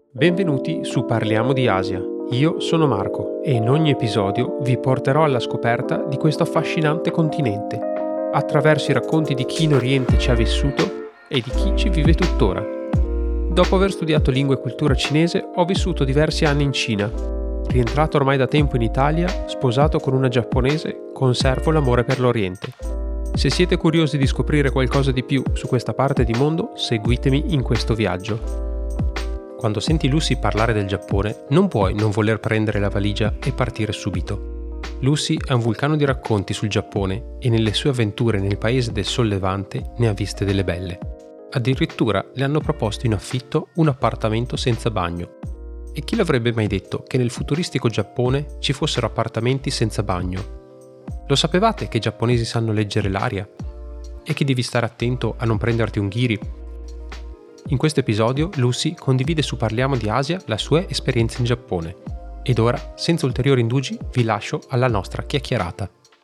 Benvenuti su Parliamo di Asia. Io sono Marco e in ogni episodio vi porterò alla scoperta di questo affascinante continente, attraverso i racconti di chi in Oriente ci ha vissuto e di chi ci vive tuttora. Dopo aver studiato lingua e cultura cinese, ho vissuto diversi anni in Cina. Rientrato ormai da tempo in Italia, sposato con una giapponese, conservo l'amore per l'Oriente. Se siete curiosi di scoprire qualcosa di più su questa parte di mondo, seguitemi in questo viaggio. Quando senti Lucy parlare del Giappone, non puoi non voler prendere la valigia e partire subito. Lucy è un vulcano di racconti sul Giappone e nelle sue avventure nel paese del Sol Levante ne ha viste delle belle. Addirittura le hanno proposto in affitto un appartamento senza bagno. E chi l'avrebbe mai detto che nel futuristico Giappone ci fossero appartamenti senza bagno? Lo sapevate che i giapponesi sanno leggere l'aria? E che devi stare attento a non prenderti un ghiri? In questo episodio Lucy condivide su Parliamo di Asia la sua esperienza in Giappone. Ed ora, senza ulteriori indugi, vi lascio alla nostra chiacchierata.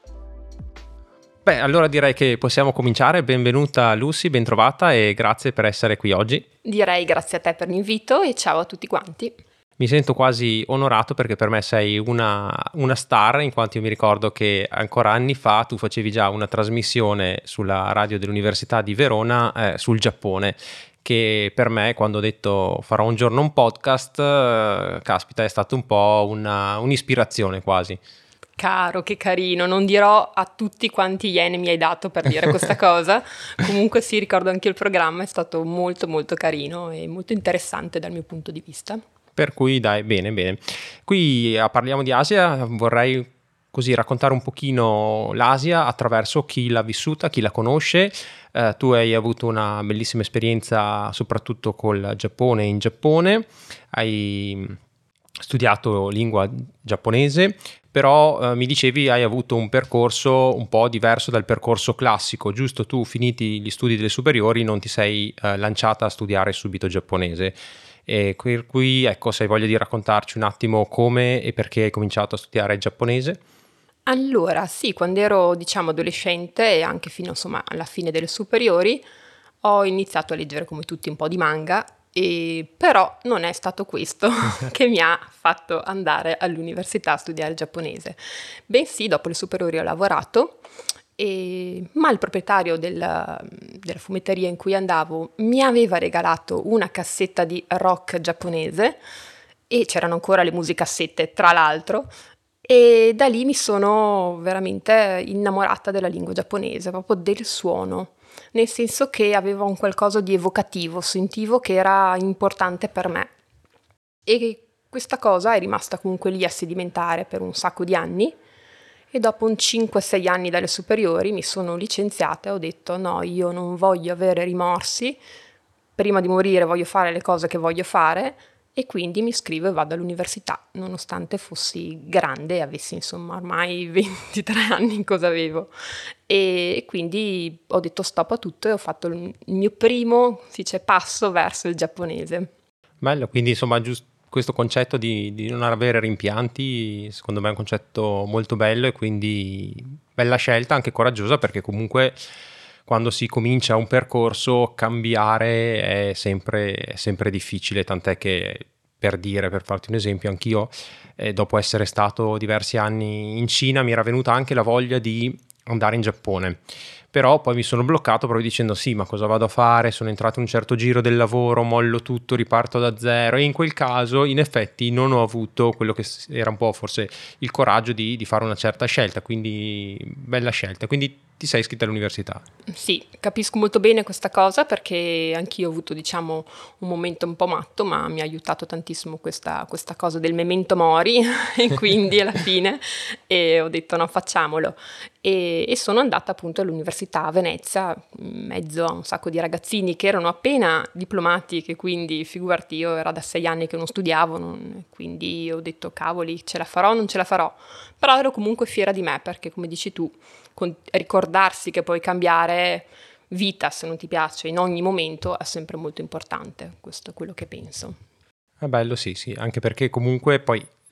Beh, allora direi che possiamo cominciare. Benvenuta Lucy, bentrovata e grazie per essere qui oggi. Direi grazie a te per l'invito e ciao a tutti quanti. Mi sento quasi onorato perché per me sei una star, in quanto io mi ricordo che ancora anni fa tu facevi già una trasmissione sulla radio dell'Università di Verona sul Giappone, che per me, quando ho detto farò un giorno un podcast, caspita, è stato un po' un'ispirazione quasi. Caro, che carino, non dirò a tutti quanti yen mi hai dato per dire questa cosa, comunque sì, ricordo anche il programma, è stato molto molto carino e molto interessante dal mio punto di vista. Per cui dai, bene. Qui Parliamo di Asia, vorrei così raccontare un pochino l'Asia attraverso chi l'ha vissuta, chi la conosce. Tu hai avuto una bellissima esperienza soprattutto col Giappone e in Giappone, hai studiato lingua giapponese, però mi dicevi hai avuto un percorso un po' diverso dal percorso classico, giusto? Tu finiti gli studi delle superiori non ti sei lanciata a studiare subito giapponese. E per cui ecco, se hai voglia di raccontarci un attimo come e perché hai cominciato a studiare giapponese. Allora, sì, quando ero, adolescente e anche fino, alla fine delle superiori, ho iniziato a leggere come tutti un po' di manga, però non è stato questo che mi ha fatto andare all'università a studiare giapponese. Bensì, dopo le superiori ho lavorato, ma il proprietario della fumetteria in cui andavo mi aveva regalato una cassetta di rock giapponese e c'erano ancora le musicassette, tra l'altro, e da lì mi sono veramente innamorata della lingua giapponese, proprio del suono, nel senso che aveva un qualcosa di evocativo, sentivo che era importante per me. E questa cosa è rimasta comunque lì a sedimentare per un sacco di anni e dopo un 5-6 anni dalle superiori mi sono licenziata e ho detto no, io non voglio avere rimorsi, prima di morire voglio fare le cose che voglio fare. E quindi mi iscrivo e vado all'università, nonostante fossi grande e avessi insomma ormai 23 anni, cosa avevo. E quindi ho detto stop a tutto e ho fatto il mio primo, si dice, passo verso il giapponese. Bello, quindi insomma giusto questo concetto di non avere rimpianti, secondo me è un concetto molto bello e quindi bella scelta, anche coraggiosa, perché comunque quando si comincia un percorso cambiare è sempre difficile, tant'è che per farti un esempio, anch'io dopo essere stato diversi anni in Cina mi era venuta anche la voglia di andare in Giappone, però poi mi sono bloccato proprio dicendo sì, ma cosa vado a fare? Sono entrato in un certo giro del lavoro, mollo tutto, riparto da zero, e in quel caso in effetti non ho avuto quello che era un po' forse il coraggio di fare una certa scelta, quindi bella scelta, quindi ti sei iscritta all'università. Sì, capisco molto bene questa cosa perché anch'io ho avuto, un momento un po' matto, ma mi ha aiutato tantissimo questa cosa del memento mori e quindi alla fine ho detto no, facciamolo. E sono andata appunto all'università a Venezia, in mezzo a un sacco di ragazzini che erano appena diplomati, che quindi figurati, io era da 6 anni che non studiavo, quindi ho detto cavoli, ce la farò o non ce la farò? Però ero comunque fiera di me perché, come dici tu, ricordarsi che puoi cambiare vita se non ti piace in ogni momento è sempre molto importante, questo è quello che penso. È bello, sì, anche perché comunque poi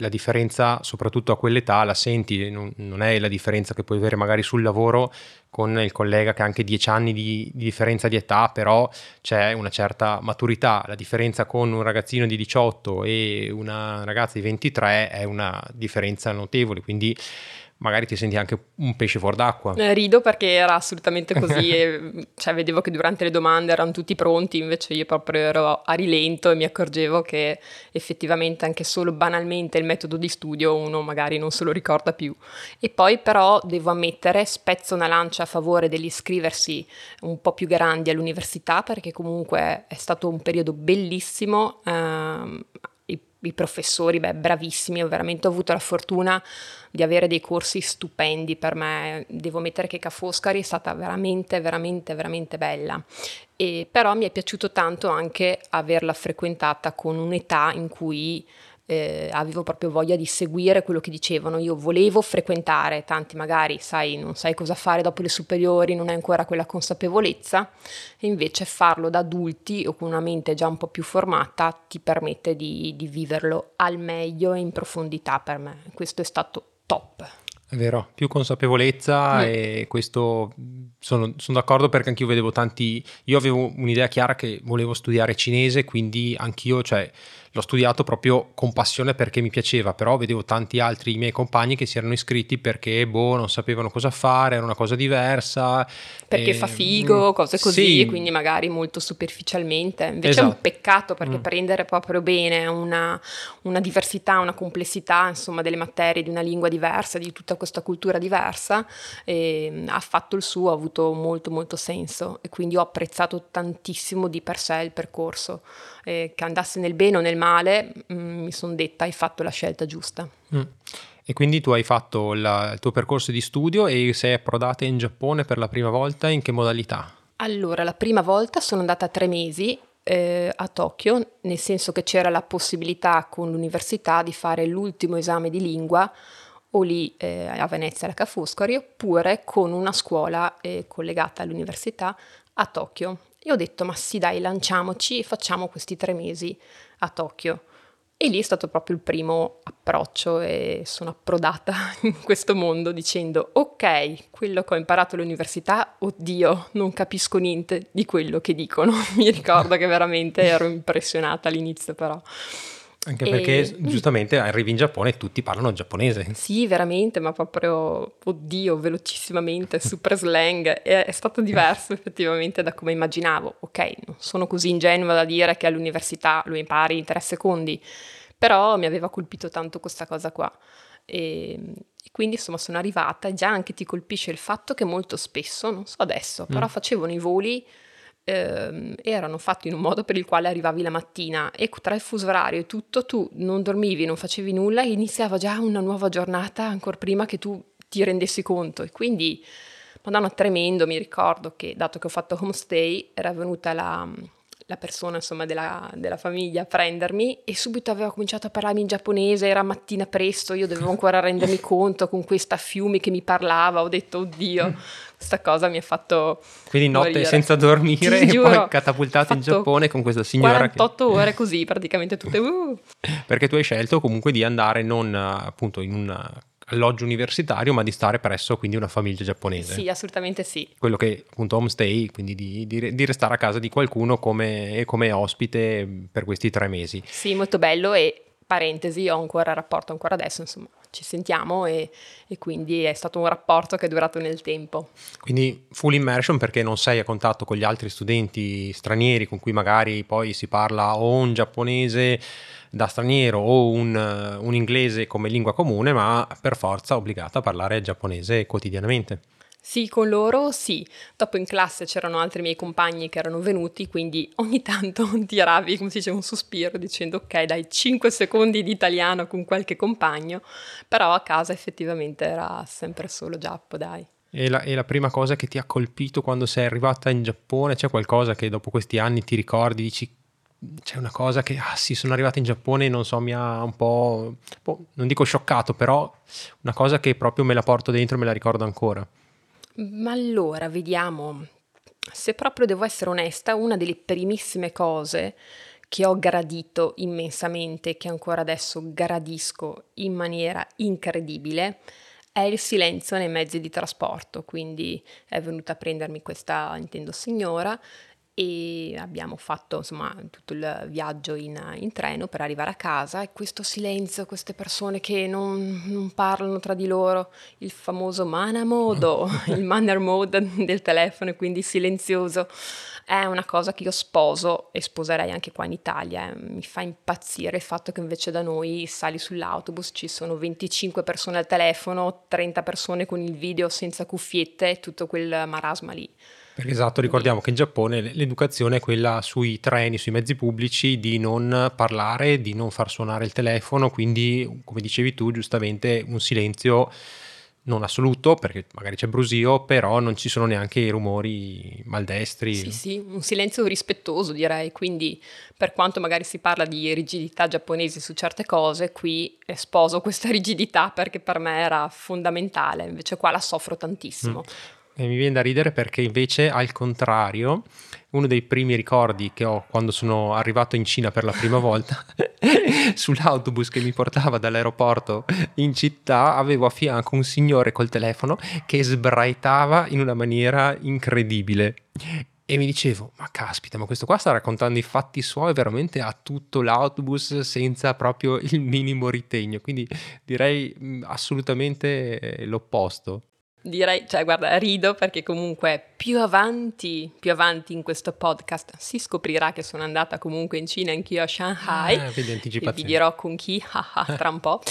la differenza, soprattutto a quell'età, la senti, non è la differenza che puoi avere magari sul lavoro con il collega che ha anche 10 anni di differenza di età, però c'è una certa maturità. La differenza con un ragazzino di 18 e una ragazza di 23 è una differenza notevole, quindi magari ti senti anche un pesce fuor d'acqua. Rido perché era assolutamente così e cioè, vedevo che durante le domande erano tutti pronti, invece io proprio ero a rilento e mi accorgevo che effettivamente anche solo banalmente il metodo di studio uno magari non se lo ricorda più. E poi però devo ammettere, spezzo una lancia a favore dell'iscriversi un po' più grandi all'università, perché comunque è stato un periodo bellissimo. I professori, bravissimi, ho veramente avuto la fortuna di avere dei corsi stupendi per me. Devo ammettere che Ca' Foscari è stata veramente, veramente, veramente bella. E però mi è piaciuto tanto anche averla frequentata con un'età in cui avevo proprio voglia di seguire quello che dicevano. Io volevo frequentare, tanti magari non sai cosa fare dopo le superiori, non hai ancora quella consapevolezza, e invece farlo da adulti o con una mente già un po' più formata ti permette di viverlo al meglio e in profondità. Per me questo è stato top. È vero, più consapevolezza e questo sono d'accordo, perché anch'io vedevo io avevo un'idea chiara che volevo studiare cinese, quindi anch'io, cioè, l'ho studiato proprio con passione perché mi piaceva, però vedevo tanti altri miei compagni che si erano iscritti perché non sapevano cosa fare, era una cosa diversa. Perché fa figo, cose così, sì, quindi magari molto superficialmente. Invece esatto. È un peccato, perché prendere proprio bene una diversità, una complessità, insomma, delle materie, di una lingua diversa, di tutta questa cultura diversa, ha fatto il suo, ha avuto molto molto senso, e quindi ho apprezzato tantissimo di per sé il percorso. Che andasse nel bene o nel male, mi sono detta: hai fatto la scelta giusta. E quindi tu hai fatto il tuo percorso di studio e sei approdata in Giappone per la prima volta, in che modalità? Allora, la prima volta sono andata 3 mesi a Tokyo, nel senso che c'era la possibilità con l'università di fare l'ultimo esame di lingua o lì a Venezia alla Ca' Foscari, oppure con una scuola collegata all'università a Tokyo. E ho detto: ma sì dai, lanciamoci e facciamo questi 3 mesi a Tokyo. E lì è stato proprio il primo approccio e sono approdata in questo mondo dicendo: ok, quello che ho imparato all'università, oddio, non capisco niente di quello che dicono. Mi ricordo che veramente ero impressionata all'inizio, però. Anche perché giustamente arrivi in Giappone e tutti parlano giapponese. Sì, veramente, ma proprio, oddio, velocissimamente, super slang. È stato diverso effettivamente da come immaginavo. Ok, non sono così ingenua da dire che all'università lo impari in 3 secondi, però mi aveva colpito tanto questa cosa qua. E quindi insomma sono arrivata, e già anche ti colpisce il fatto che molto spesso, non so adesso, però facevano i voli, erano fatti in un modo per il quale arrivavi la mattina e tra il fuso orario e tutto tu non dormivi, non facevi nulla e iniziava già una nuova giornata ancora prima che tu ti rendessi conto. E quindi, madonna, tremendo. Mi ricordo che, dato che ho fatto homestay, era venuta la persona, insomma, della famiglia a prendermi e subito aveva cominciato a parlarmi in giapponese. Era mattina presto, io dovevo ancora rendermi conto con questa Fiumi che mi parlava. Ho detto: oddio, questa cosa mi ha fatto quindi notte morire. Senza dormire e giuro, poi catapultato in Giappone con questa signora 48 ore così, praticamente tutte perché tu hai scelto comunque di andare non appunto in un alloggio universitario, ma di stare presso quindi una famiglia giapponese. Sì, assolutamente sì. Quello che appunto homestay, quindi di restare a casa di qualcuno come ospite per questi 3 mesi. Sì, molto bello. E parentesi, ho ancora rapporto ancora adesso, insomma, ci sentiamo e quindi è stato un rapporto che è durato nel tempo. Quindi full immersion, perché non sei a contatto con gli altri studenti stranieri con cui magari poi si parla o un giapponese da straniero o un inglese come lingua comune, ma per forza obbligata a parlare giapponese quotidianamente. Sì, con loro sì. Dopo in classe c'erano altri miei compagni che erano venuti, quindi ogni tanto tiravi, come si dice, un sospiro dicendo: ok, dai, 5 secondi di italiano con qualche compagno, però a casa effettivamente era sempre solo Giappo, dai. E la prima cosa che ti ha colpito quando sei arrivata in Giappone? C'è qualcosa che dopo questi anni ti ricordi, dici: c'è una cosa che, sì, sono arrivata in Giappone e non so, mi ha un po', non dico scioccato, però una cosa che proprio me la porto dentro e me la ricordo ancora. Ma allora, vediamo. Se proprio devo essere onesta, una delle primissime cose che ho gradito immensamente, che ancora adesso gradisco in maniera incredibile, è il silenzio nei mezzi di trasporto. Quindi è venuta a prendermi questa Nintendo signora e abbiamo fatto insomma tutto il viaggio in treno per arrivare a casa, e questo silenzio, queste persone che non parlano tra di loro, il famoso mana modo, il manner mode del telefono, e quindi silenzioso, è una cosa che io sposo e sposerei anche qua in Italia. Mi fa impazzire il fatto che invece da noi sali sull'autobus, ci sono 25 persone al telefono, 30 persone con il video senza cuffiette, tutto quel marasma lì. Perché esatto, ricordiamo che in Giappone l'educazione è quella sui treni, sui mezzi pubblici, di non parlare, di non far suonare il telefono, quindi come dicevi tu giustamente un silenzio non assoluto, perché magari c'è brusio, però non ci sono neanche i rumori maldestri. Sì, un silenzio rispettoso, direi. Quindi per quanto magari si parla di rigidità giapponesi su certe cose, qui sposo questa rigidità perché per me era fondamentale, invece qua la soffro tantissimo. E mi viene da ridere perché invece al contrario, uno dei primi ricordi che ho quando sono arrivato in Cina per la prima volta, sull'autobus che mi portava dall'aeroporto in città, avevo a fianco un signore col telefono che sbraitava in una maniera incredibile. E mi dicevo, ma caspita, ma questo qua sta raccontando i fatti suoi veramente a tutto l'autobus senza proprio il minimo ritegno. Quindi direi assolutamente l'opposto. Direi, cioè guarda, rido perché comunque più avanti in questo podcast si scoprirà che sono andata comunque in Cina, anch'io a Shanghai, e vi dirò con chi, tra un po',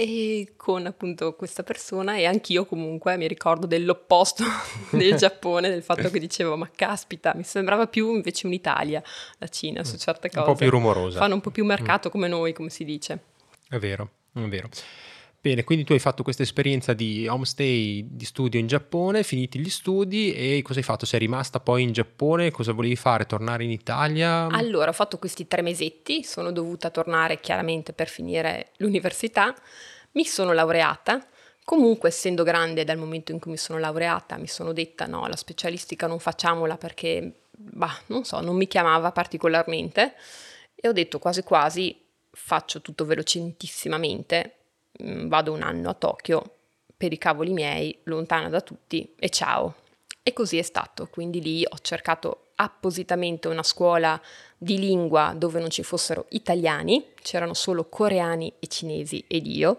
e con appunto questa persona, e anch'io comunque mi ricordo dell'opposto del Giappone, del fatto che dicevo, ma caspita, mi sembrava più invece un'Italia, la Cina, su certe cose. Un po' più rumorosa. Fanno un po' più mercato come noi, come si dice. È vero, è vero. Bene, quindi tu hai fatto questa esperienza di homestay di studio in Giappone, finiti gli studi, e cosa hai fatto? Sei rimasta poi in Giappone? Cosa volevi fare? Tornare in Italia? Allora, ho fatto questi 3 mesetti, sono dovuta tornare chiaramente per finire l'università, mi sono laureata. Comunque, essendo grande dal momento in cui mi sono laureata, mi sono detta no, la specialistica non facciamola perché, non so, non mi chiamava particolarmente, e ho detto quasi quasi faccio tutto velocissimamente. Vado un anno a Tokyo per i cavoli miei, lontana da tutti, e ciao. E così è stato. Quindi lì ho cercato appositamente una scuola di lingua dove non ci fossero italiani, c'erano solo coreani e cinesi ed io,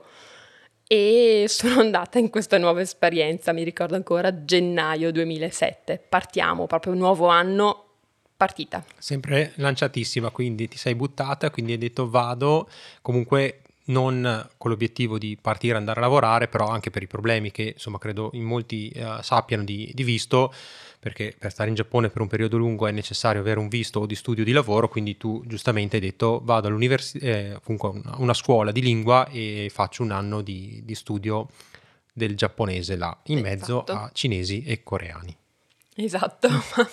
e sono andata in questa nuova esperienza. Mi ricordo ancora gennaio 2007, partiamo, proprio un nuovo anno, partita. Sempre lanciatissima, quindi ti sei buttata, quindi hai detto vado, comunque non con l'obiettivo di partire e andare a lavorare, però anche per i problemi che insomma credo in molti sappiano di visto, perché per stare in Giappone per un periodo lungo è necessario avere un visto o di studio o di lavoro, quindi tu giustamente hai detto vado all'università, comunque una scuola di lingua, e faccio un anno di studio del giapponese là, in mezzo a cinesi e coreani. Esatto,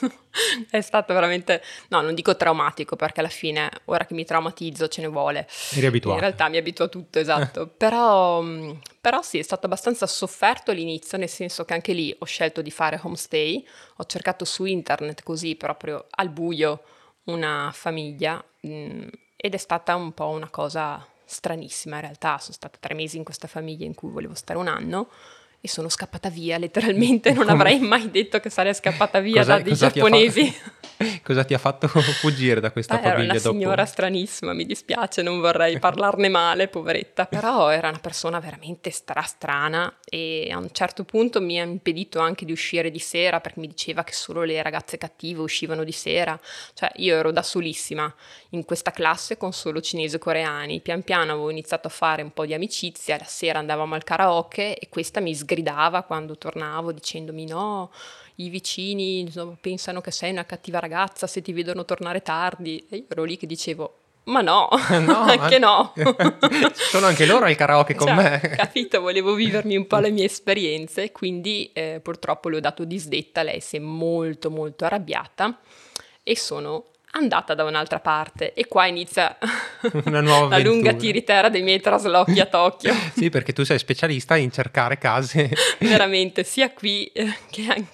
è stato veramente, no, non dico traumatico perché alla fine ora che mi traumatizzo ce ne vuole. Eri abituato. In realtà mi abituo a tutto, esatto, però sì, è stato abbastanza sofferto all'inizio, nel senso che anche lì ho scelto di fare homestay, ho cercato su internet così proprio al buio una famiglia, ed è stata un po' una cosa stranissima in realtà. Sono stata 3 mesi in questa famiglia in cui volevo stare un anno, e sono scappata via, letteralmente. Non avrei mai detto che sarei scappata via da dei giapponesi. Cosa ti ha fatto fuggire da questa famiglia dopo? Era una signora stranissima, mi dispiace, non vorrei parlarne male, poveretta, però era una persona veramente strana, e a un certo punto mi ha impedito anche di uscire di sera perché mi diceva che solo le ragazze cattive uscivano di sera. Cioè io ero da solissima in questa classe con solo cinesi e coreani. Pian piano avevo iniziato a fare un po' di amicizia, la sera andavamo al karaoke e questa mi sgridava quando tornavo dicendomi no, i vicini insomma, pensano che sei una cattiva ragazza se ti vedono tornare tardi, e io ero lì che dicevo ma no, anche no. Sono anche loro al karaoke con me. Capito, volevo vivermi un po' le mie esperienze, quindi purtroppo le ho dato disdetta, lei si è molto molto arrabbiata e sono andata da un'altra parte, e qua inizia una nuova la lunga tiritera dei miei traslochi a Tokyo. Sì, perché tu sei specialista in cercare case veramente, sia qui che anche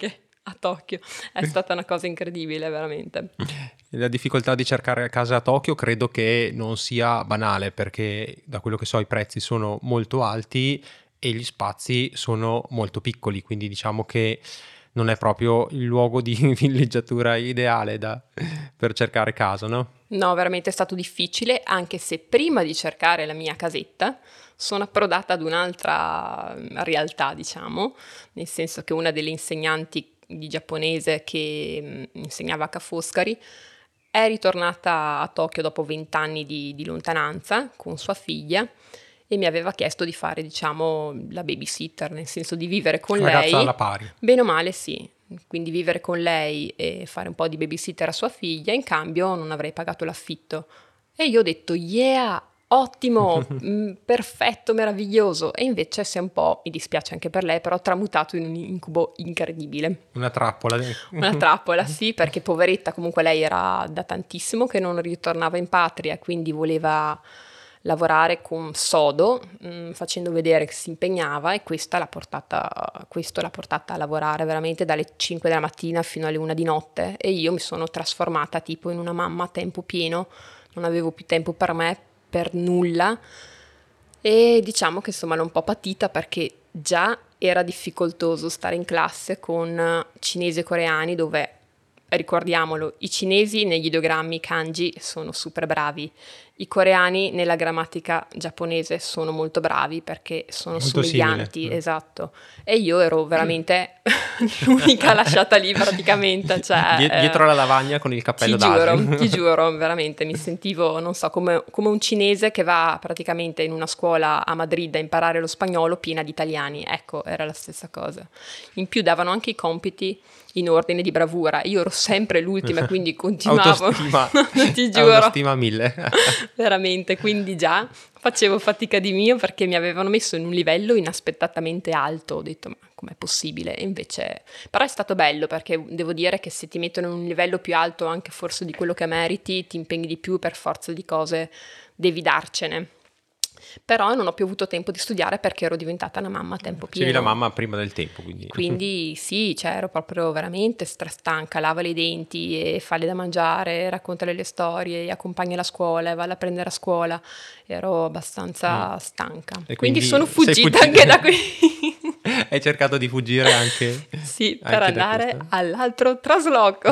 a Tokyo. È stata una cosa incredibile, veramente. La difficoltà di cercare case a Tokyo credo che non sia banale, perché da quello che so i prezzi sono molto alti e gli spazi sono molto piccoli, quindi diciamo che non è proprio il luogo di villeggiatura ideale per cercare casa, no? No, veramente è stato difficile, anche se prima di cercare la mia casetta sono approdata ad un'altra realtà, diciamo, nel senso che una delle insegnanti di giapponese che insegnava a Ca' Foscari è ritornata a Tokyo dopo 20 anni di lontananza con sua figlia e mi aveva chiesto di fare, diciamo, la babysitter, nel senso di vivere con lei. Ragazza alla pari. Bene o male, sì. Quindi vivere con lei e fare un po' di babysitter a sua figlia, in cambio non avrei pagato l'affitto. E io ho detto, yeah, ottimo, perfetto, meraviglioso. E invece si è un po', mi dispiace anche per lei, però tramutato in un incubo incredibile. Una trappola. Una trappola, sì, perché poveretta comunque lei era da tantissimo che non ritornava in patria, quindi voleva lavorare con sodo, facendo vedere che si impegnava, e questo l'ha portata a lavorare veramente dalle 5 della mattina fino alle 1 di notte, e io mi sono trasformata tipo in una mamma a tempo pieno, non avevo più tempo per me, per nulla, e diciamo che insomma l'ho un po' patita perché già era difficoltoso stare in classe con cinesi e coreani, dove, ricordiamolo, i cinesi negli ideogrammi kanji sono super bravi, i coreani nella grammatica giapponese sono molto bravi perché sono molto somiglianti, simile. Esatto. E io ero veramente l'unica lasciata lì praticamente. Cioè, dietro la lavagna con il cappello d'Asia. Ti giuro, veramente mi sentivo, non so, come un cinese che va praticamente in una scuola a Madrid a imparare lo spagnolo piena di italiani. Ecco, era la stessa cosa. In più davano anche i compiti in ordine di bravura. Io ero sempre l'ultima, quindi continuavo. Autostima. Ti giuro. Autostima 1000. Veramente, quindi già facevo fatica di mio perché mi avevano messo in un livello inaspettatamente alto. Ho detto, ma com'è possibile? E invece, però è stato bello perché devo dire che se ti mettono in un livello più alto anche forse di quello che meriti, ti impegni di più, per forza di cose devi darcene. Però non ho più avuto tempo di studiare perché ero diventata una mamma a tempo pieno. Facevi la mamma prima del tempo, quindi sì, cioè ero proprio veramente strastanca, lavale i denti e falle da mangiare, raccontale le storie, accompagna a scuola, valla a prendere a scuola, ero abbastanza stanca, e quindi sono fuggita anche da qui. Hai cercato di fuggire anche? Sì, anche per andare all'altro trasloco.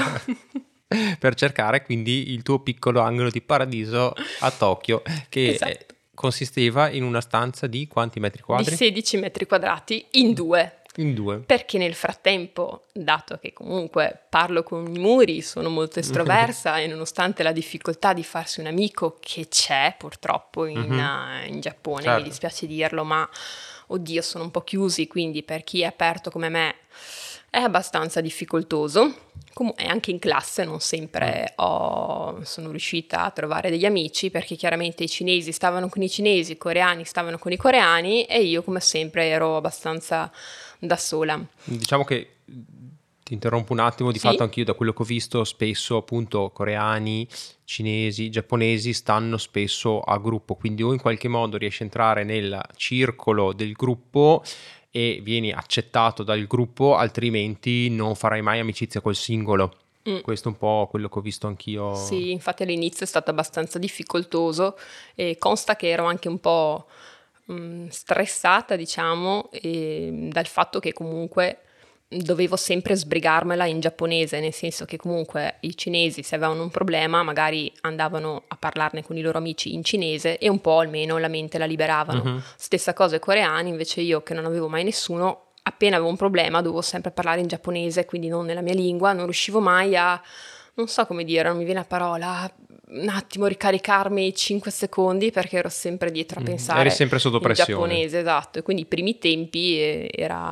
Per cercare quindi il tuo piccolo angolo di paradiso a Tokyo, che Esatto. consisteva in una stanza di quanti metri quadri? Di 16 metri quadrati in due. In due. Perché nel frattempo, dato che comunque parlo con i muri, sono molto estroversa e nonostante la difficoltà di farsi un amico che c'è purtroppo in Giappone, certo. Mi dispiace dirlo, ma oddio, sono un po' chiusi, quindi per chi è aperto come me è abbastanza difficoltoso. E anche in classe non sempre sono riuscita a trovare degli amici, perché chiaramente i cinesi stavano con i cinesi, i coreani stavano con i coreani e io come sempre ero abbastanza da sola. Diciamo che, ti interrompo un attimo, di fatto anch'io da quello che ho visto spesso appunto coreani, cinesi, giapponesi stanno spesso a gruppo, quindi o in qualche modo riesci a entrare nel circolo del gruppo e vieni accettato dal gruppo, altrimenti non farai mai amicizia col singolo. Questo è un po' quello che ho visto anch'io. Sì, infatti all'inizio è stato abbastanza difficoltoso e consta che ero anche un po' stressata, diciamo, dal fatto che comunque dovevo sempre sbrigarmela in giapponese, nel senso che comunque i cinesi, se avevano un problema, magari andavano a parlarne con i loro amici in cinese e un po' almeno la mente la liberavano. Stessa cosa i coreani, invece io che non avevo mai nessuno, appena avevo un problema dovevo sempre parlare in giapponese, quindi non nella mia lingua, non riuscivo mai a, non so come dire, non mi viene la parola, un attimo ricaricarmi 5 secondi perché ero sempre dietro a pensare. Eri sempre sotto pressione. In giapponese, esatto. E quindi i primi tempi mi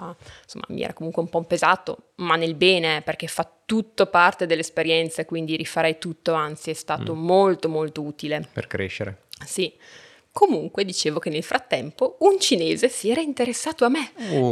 era comunque un po' pesato, ma nel bene, perché fa tutto parte dell'esperienza, quindi rifarei tutto, anzi è stato molto molto utile. Per crescere. Sì. Comunque dicevo che nel frattempo un cinese si era interessato a me.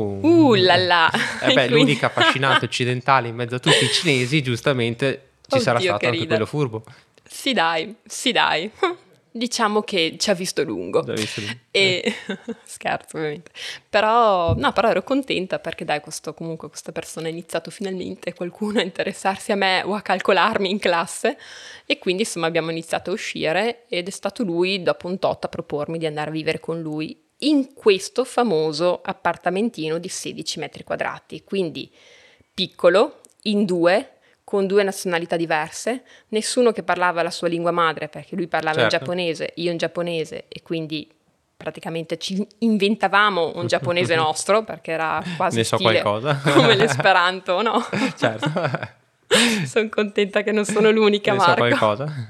Là là. Quindi... l'unica affascinante occidentale in mezzo a tutti i cinesi, giustamente ci sarà stato anche quello furbo. Sì dai. Diciamo che ci ha visto lungo. Già visto lì. E scherzo ovviamente, però ero contenta perché dai, comunque questa persona ha iniziato finalmente qualcuno a interessarsi a me o a calcolarmi in classe, e quindi insomma abbiamo iniziato a uscire ed è stato lui dopo un tot a propormi di andare a vivere con lui in questo famoso appartamentino di 16 metri quadrati, quindi piccolo, in due, con due nazionalità diverse, nessuno che parlava la sua lingua madre, perché lui parlava in giapponese, io in giapponese, e quindi praticamente ci inventavamo un giapponese nostro, perché era quasi Ne so stile qualcosa. come l'esperanto, no? Certo. Sono contenta che non sono l'unica, Ne so Marco. qualcosa.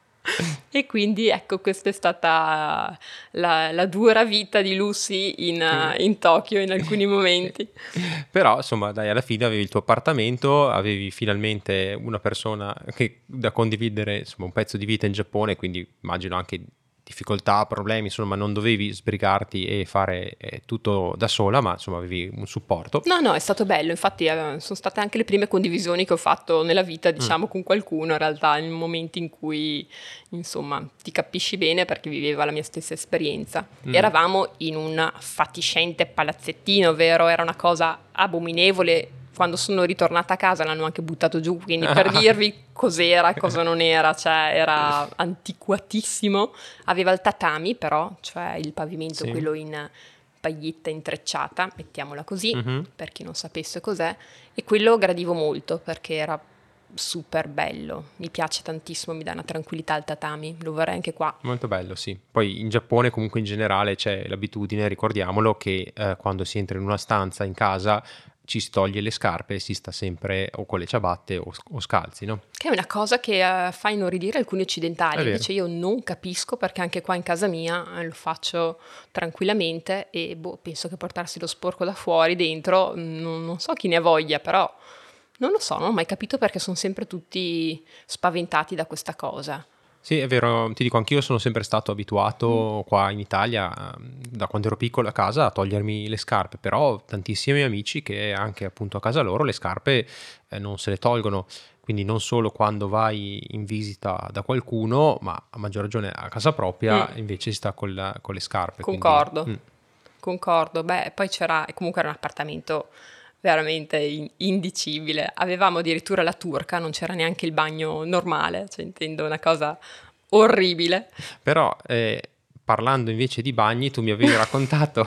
E quindi ecco, questa è stata la dura vita di Lucy in Tokyo in alcuni momenti. Però insomma dai, alla fine avevi il tuo appartamento, avevi finalmente una persona da condividere, insomma, un pezzo di vita in Giappone, quindi immagino anche difficoltà, problemi, insomma non dovevi sbrigarti e fare tutto da sola, ma insomma avevi un supporto. No, è stato bello, infatti sono state anche le prime condivisioni che ho fatto nella vita, diciamo, con qualcuno, in realtà, in momenti in cui, insomma, ti capisci bene perché viveva la mia stessa esperienza. Eravamo in un fatiscente palazzettino, vero? Era una cosa abominevole. Quando sono ritornata a casa l'hanno anche buttato giù, quindi per dirvi cos'era e cosa non era, cioè era antiquatissimo. Aveva il tatami però, cioè il pavimento, quello in paglietta intrecciata, mettiamola così, per chi non sapesse cos'è, e quello gradivo molto perché era super bello, mi piace tantissimo, mi dà una tranquillità il tatami, lo vorrei anche qua. Molto bello, sì. Poi in Giappone comunque in generale c'è l'abitudine, ricordiamolo, che quando si entra in una stanza in casa ci si toglie le scarpe e si sta sempre o con le ciabatte o scalzi, no? Che è una cosa che fa inorridire alcuni occidentali. Invece io non capisco, perché anche qua in casa mia lo faccio tranquillamente e penso che portarsi lo sporco da fuori dentro, non so chi ne ha voglia, però non lo so, non ho mai capito perché sono sempre tutti spaventati da questa cosa. Sì, è vero, ti dico, anch'io sono sempre stato abituato qua in Italia, da quando ero piccolo a casa, a togliermi le scarpe, però ho tantissimi amici che anche appunto a casa loro le scarpe non se le tolgono, quindi non solo quando vai in visita da qualcuno, ma a maggior ragione a casa propria invece si sta con le scarpe. Concordo, quindi, concordo. Beh, poi comunque era un appartamento veramente indicibile. Avevamo addirittura la turca, non c'era neanche il bagno normale, cioè intendo una cosa orribile. Però parlando invece di bagni, tu mi avevi raccontato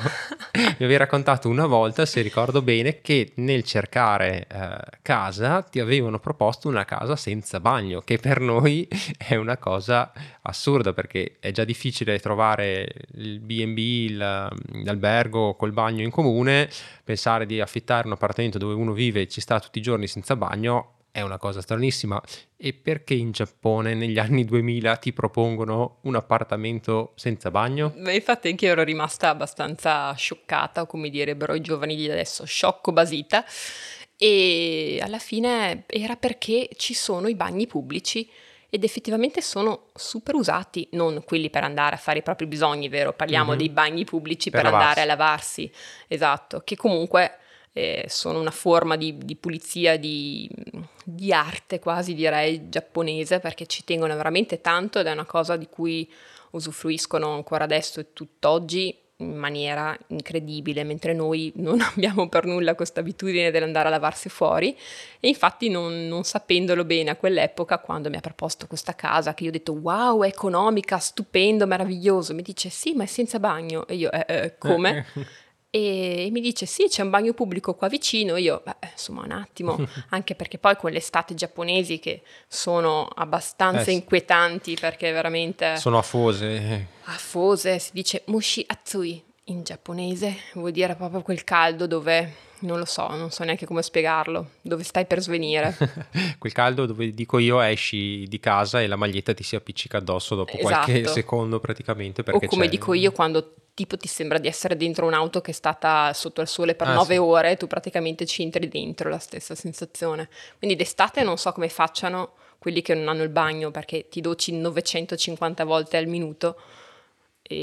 una volta, se ricordo bene, che nel cercare casa ti avevano proposto una casa senza bagno, che per noi è una cosa assurda, perché è già difficile trovare il B&B, l'albergo col bagno in comune. Pensare di affittare un appartamento dove uno vive e ci sta tutti i giorni senza bagno è una cosa stranissima. E perché in Giappone negli anni 2000 ti propongono un appartamento senza bagno? Beh, infatti anche io ero rimasta abbastanza scioccata, o come direbbero i giovani di adesso, sciocco basita, e alla fine era perché ci sono i bagni pubblici ed effettivamente sono super usati, non quelli per andare a fare i propri bisogni, vero? Parliamo dei bagni pubblici per andare a lavarsi, esatto, che comunque sono una forma di pulizia, di arte quasi direi giapponese, perché ci tengono veramente tanto ed è una cosa di cui usufruiscono ancora adesso e tutt'oggi in maniera incredibile, mentre noi non abbiamo per nulla questa abitudine dell'andare a lavarsi fuori. E infatti non sapendolo bene a quell'epoca, quando mi ha proposto questa casa, che io ho detto wow, è economica, stupendo, meraviglioso, mi dice sì, ma è senza bagno, e io come? E mi dice sì, c'è un bagno pubblico qua vicino. Io insomma un attimo, anche perché poi con le estate giapponesi che sono abbastanza inquietanti, perché veramente sono afose. Afose, si dice mushi atsui in giapponese, vuol dire proprio quel caldo dove non lo so, non so neanche come spiegarlo, dove stai per svenire. Quel caldo dove, dico io, esci di casa e la maglietta ti si appiccica addosso dopo qualche secondo praticamente, perché o come dico io, quando tipo ti sembra di essere dentro un'auto che è stata sotto il sole per 9 ore e tu praticamente ci entri dentro, la stessa sensazione. Quindi d'estate non so come facciano quelli che non hanno il bagno, perché ti docci 950 volte al minuto e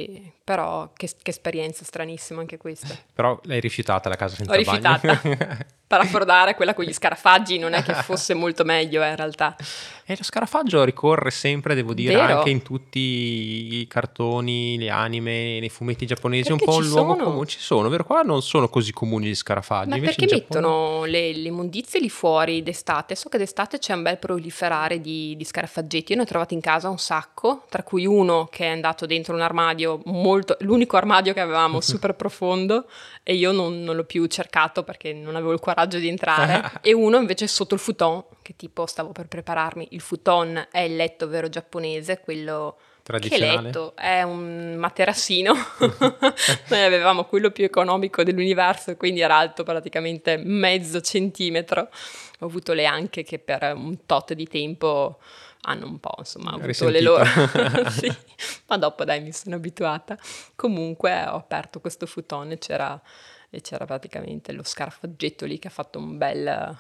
Però che esperienza stranissima anche questa. Però l'hai rifiutata la casa senza Ho rifiutata. bagno. Parafordare quella con gli scarafaggi non è che fosse molto meglio, in realtà. E lo scarafaggio ricorre sempre, devo dire, Vero? anche in tutti i cartoni, le anime, nei fumetti giapponesi, Perché un po' ci un luogo sono? comune. Ci sono, vero? Qua non sono così comuni gli scarafaggi. Ma Invece perché in Giappone... mettono le immondizie lì fuori d'estate? So che d'estate c'è un bel proliferare di scarafaggetti. Io ne ho trovati in casa un sacco, tra cui uno che è andato dentro un armadio l'unico armadio che avevamo super profondo, e io non l'ho più cercato perché non avevo il coraggio di entrare, e uno invece sotto il futon, che tipo stavo per prepararmi. Il futon è il letto vero giapponese, quello... Che tradizionale. letto? È un materassino. Noi avevamo quello più economico dell'universo, quindi era alto praticamente mezzo centimetro. Ho avuto le anche che per un tot di tempo hanno un po', insomma, avuto le loro... Sì, ma dopo dai, mi sono abituata. Comunque ho aperto questo futon e c'era praticamente lo scarafaggetto lì che ha fatto una bella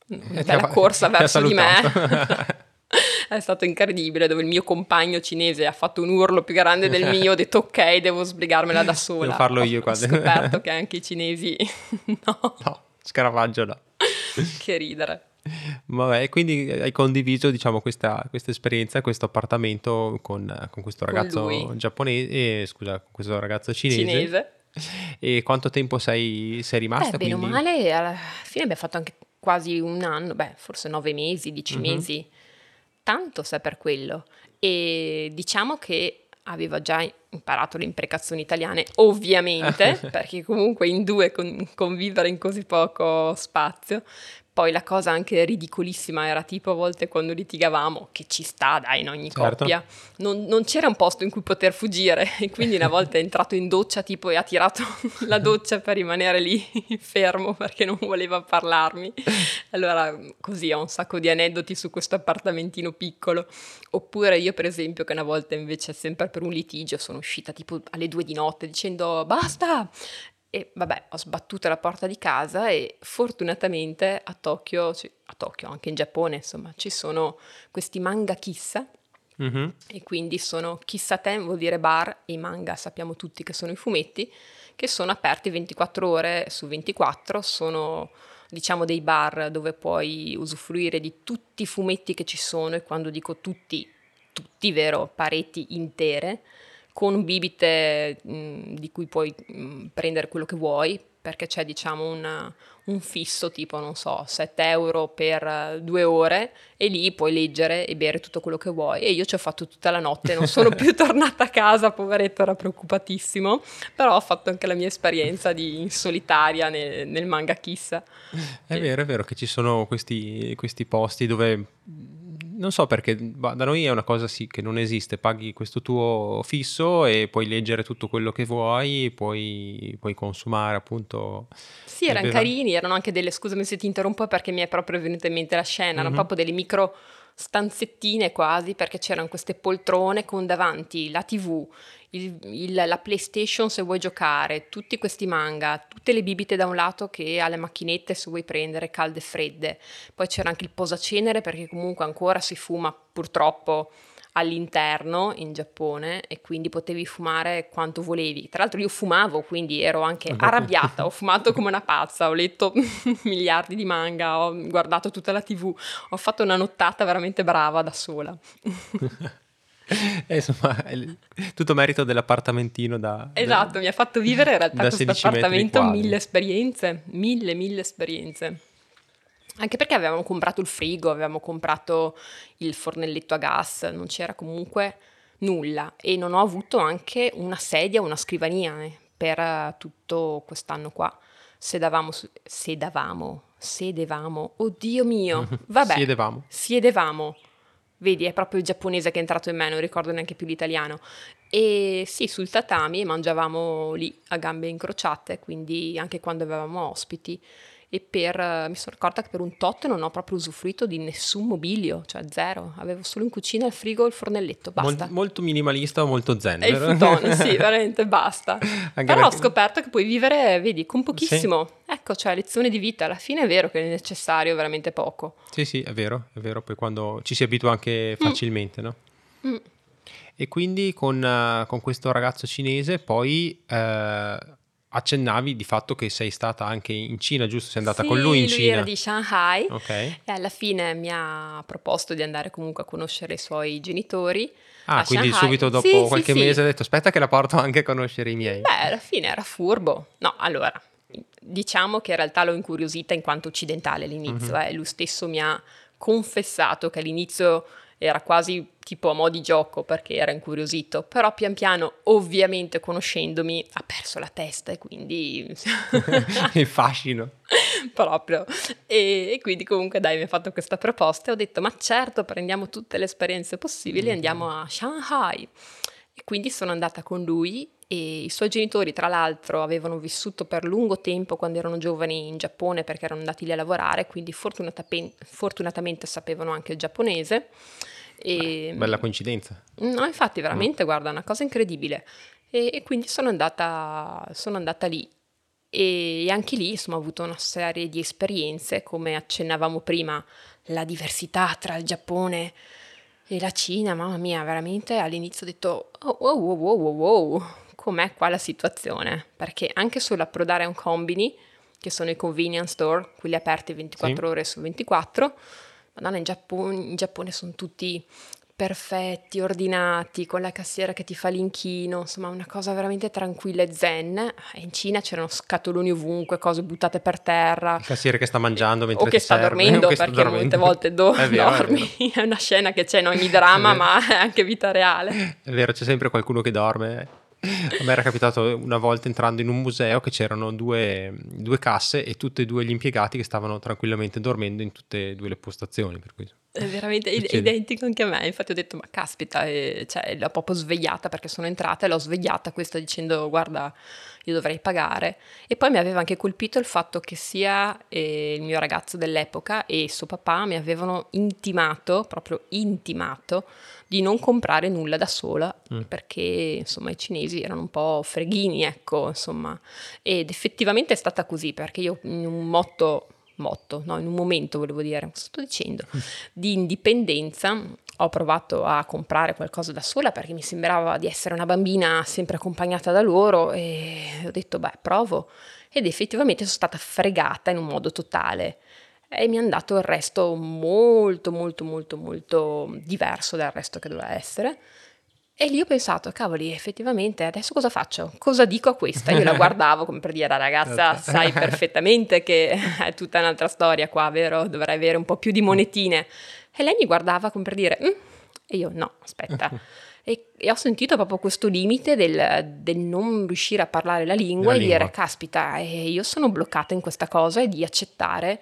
corsa verso di me. È stato incredibile, dove il mio compagno cinese ha fatto un urlo più grande del mio, ho detto ok, devo sbrigarmela da sola. Devo farlo io Ho scoperto che anche i cinesi no. No, Scaravaggio no. Che ridere. Vabbè, quindi hai condiviso, diciamo, questa esperienza, questo appartamento con questo ragazzo giapponese, scusa, con questo ragazzo cinese. E quanto tempo sei rimasta? Bene o Quindi... male, alla fine abbiamo fatto anche quasi un anno, forse 9 mesi, 10 mesi, tanto se per quello. E diciamo che aveva già imparato le imprecazioni italiane, ovviamente, perché comunque in due convivere in così poco spazio. Poi la cosa anche ridicolissima era tipo a volte quando litigavamo, che ci sta dai in ogni coppia, non c'era un posto in cui poter fuggire, e quindi una volta è entrato in doccia tipo e ha tirato la doccia per rimanere lì fermo perché non voleva parlarmi. Allora così ho un sacco di aneddoti su questo appartamentino piccolo. Oppure io per esempio, che una volta invece sempre per un litigio sono uscita tipo alle 2 di notte dicendo basta. E vabbè, ho sbattuto la porta di casa e fortunatamente a Tokyo, anche in Giappone, insomma, ci sono questi manga kissa, e quindi sono kissaten, vuol dire bar, e i manga sappiamo tutti che sono i fumetti, che sono aperti 24 ore su 24, sono diciamo dei bar dove puoi usufruire di tutti i fumetti che ci sono, e quando dico tutti, vero, pareti intere, con bibite di cui puoi prendere quello che vuoi, perché c'è diciamo un fisso tipo, non so, 7 euro per 2 ore, e lì puoi leggere e bere tutto quello che vuoi. E io ci ho fatto tutta la notte, non sono più tornata a casa, poveretto, era preoccupatissimo, però ho fatto anche la mia esperienza in solitaria nel manga chissa. È vero che ci sono questi posti dove... Non so perché, da noi è una cosa sì che non esiste, paghi questo tuo fisso e puoi leggere tutto quello che vuoi, puoi consumare appunto. Sì, erano carini, erano anche delle, scusami se ti interrompo perché mi è proprio venuta in mente la scena, erano proprio delle micro stanzettine quasi, perché c'erano queste poltrone con davanti la TV, la PlayStation se vuoi giocare, tutti questi manga, tutte le bibite da un lato che ha le macchinette se vuoi prendere calde e fredde, poi c'era anche il posacenere perché comunque ancora si fuma purtroppo all'interno in Giappone, e quindi potevi fumare quanto volevi. Tra l'altro io fumavo, quindi ero anche arrabbiata, ho fumato come una pazza, ho letto miliardi di manga, ho guardato tutta la TV, ho fatto una nottata veramente brava da sola. Insomma, tutto merito dell'appartamentino Esatto, mi ha fatto vivere in realtà questo appartamento mille esperienze. Anche perché avevamo comprato il frigo, avevamo comprato il fornelletto a gas, non c'era comunque nulla, e non ho avuto anche una sedia, una scrivania per tutto quest'anno qua. Sedevamo, oddio mio, vabbè, siedevamo. Vedi, è proprio il giapponese che è entrato in me, non ricordo neanche più l'italiano. E sì, sul tatami mangiavamo lì a gambe incrociate, quindi anche quando avevamo ospiti. E mi sono accorta che per un tot non ho proprio usufruito di nessun mobilio, cioè zero. Avevo solo in cucina il frigo e il fornelletto, basta. Molto minimalista, molto zen. E il futon, sì, veramente basta. Però ho scoperto che puoi vivere, vedi, con pochissimo. Sì. Ecco, cioè lezione di vita, alla fine è vero che è necessario veramente poco. Sì, è vero, poi quando ci si abitua anche facilmente, no? E quindi con questo ragazzo cinese poi accennavi di fatto che sei stata anche in Cina, giusto? Sei andata con lui in Sì, lui era Cina. di Shanghai Ok. e alla fine mi ha proposto di andare comunque a conoscere i suoi genitori Ah, a quindi Shanghai. subito Sì, dopo sì, qualche mese sì. hai detto aspetta che la porto anche a conoscere i miei. Beh, alla fine era furbo. No, allora, diciamo che in realtà l'ho incuriosita in quanto occidentale all'inizio. Mhm. Lui stesso mi ha confessato che all'inizio era quasi tipo a mo' di gioco perché era incuriosito, però pian piano, ovviamente conoscendomi, ha perso la testa e quindi Il fascino. proprio. E quindi comunque dai, mi ha fatto questa proposta e ho detto, ma certo, prendiamo tutte le esperienze possibili e Ok. andiamo a Shanghai. E quindi sono andata con lui e i suoi genitori, tra l'altro, avevano vissuto per lungo tempo quando erano giovani in Giappone perché erano andati lì a lavorare, quindi fortunatamente sapevano anche il giapponese. E, Bella coincidenza. no, infatti, Mm. veramente, guarda, una cosa incredibile. E quindi sono andata lì. E anche lì, insomma, ho avuto una serie di esperienze, come accennavamo prima, la diversità tra il Giappone e la Cina, mamma mia, veramente all'inizio ho detto, oh, wow, wow, wow, wow, wow, com'è qua la situazione? Perché anche solo approdare a un combini, che sono i convenience store, quelli aperti Sì. 24 ore su 24, madonna, in Giappone sono tutti perfetti, ordinati, con la cassiera che ti fa l'inchino, insomma una cosa veramente tranquilla e zen. E in Cina c'erano scatoloni ovunque, cose buttate per terra, Il cassiere che sta mangiando o mentre che ti sta serve, o dormendo, che sta perché molte dormendo. volte È vero, è dormi, vero. è una scena che c'è in ogni È dramma, vero. ma è anche vita reale. È vero, c'è sempre qualcuno che dorme. A me era capitato una volta entrando in un museo che c'erano due casse e tutti e due gli impiegati che stavano tranquillamente dormendo in tutte e due le postazioni. Per cui È veramente succede. identico anche a me, infatti ho detto ma caspita, cioè, l'ho proprio svegliata perché sono entrata e l'ho svegliata questa dicendo guarda io dovrei pagare e poi mi aveva anche colpito il fatto che sia il mio ragazzo dell'epoca e suo papà mi avevano intimato, proprio intimato, di non comprare nulla da sola Mm. perché insomma i cinesi erano un po' freghini, ecco, insomma, ed effettivamente è stata così perché io in un no, in un momento volevo dire, cosa sto dicendo? Di indipendenza ho provato a comprare qualcosa da sola perché mi sembrava di essere una bambina sempre accompagnata da loro e ho detto beh provo ed effettivamente sono stata fregata in un modo totale e mi è andato il resto molto molto molto molto diverso dal resto che doveva essere e lì ho pensato cavoli effettivamente adesso cosa faccio? Cosa dico a questa? Io la guardavo come per dire ragazza sai perfettamente che è tutta un'altra storia qua vero? Dovrai avere un po' più di monetine e lei mi guardava come per dire, e io no, aspetta. E ho sentito proprio questo limite del non riuscire a parlare la lingua Nella e dire, lingua. caspita, io sono bloccata in questa cosa e di accettare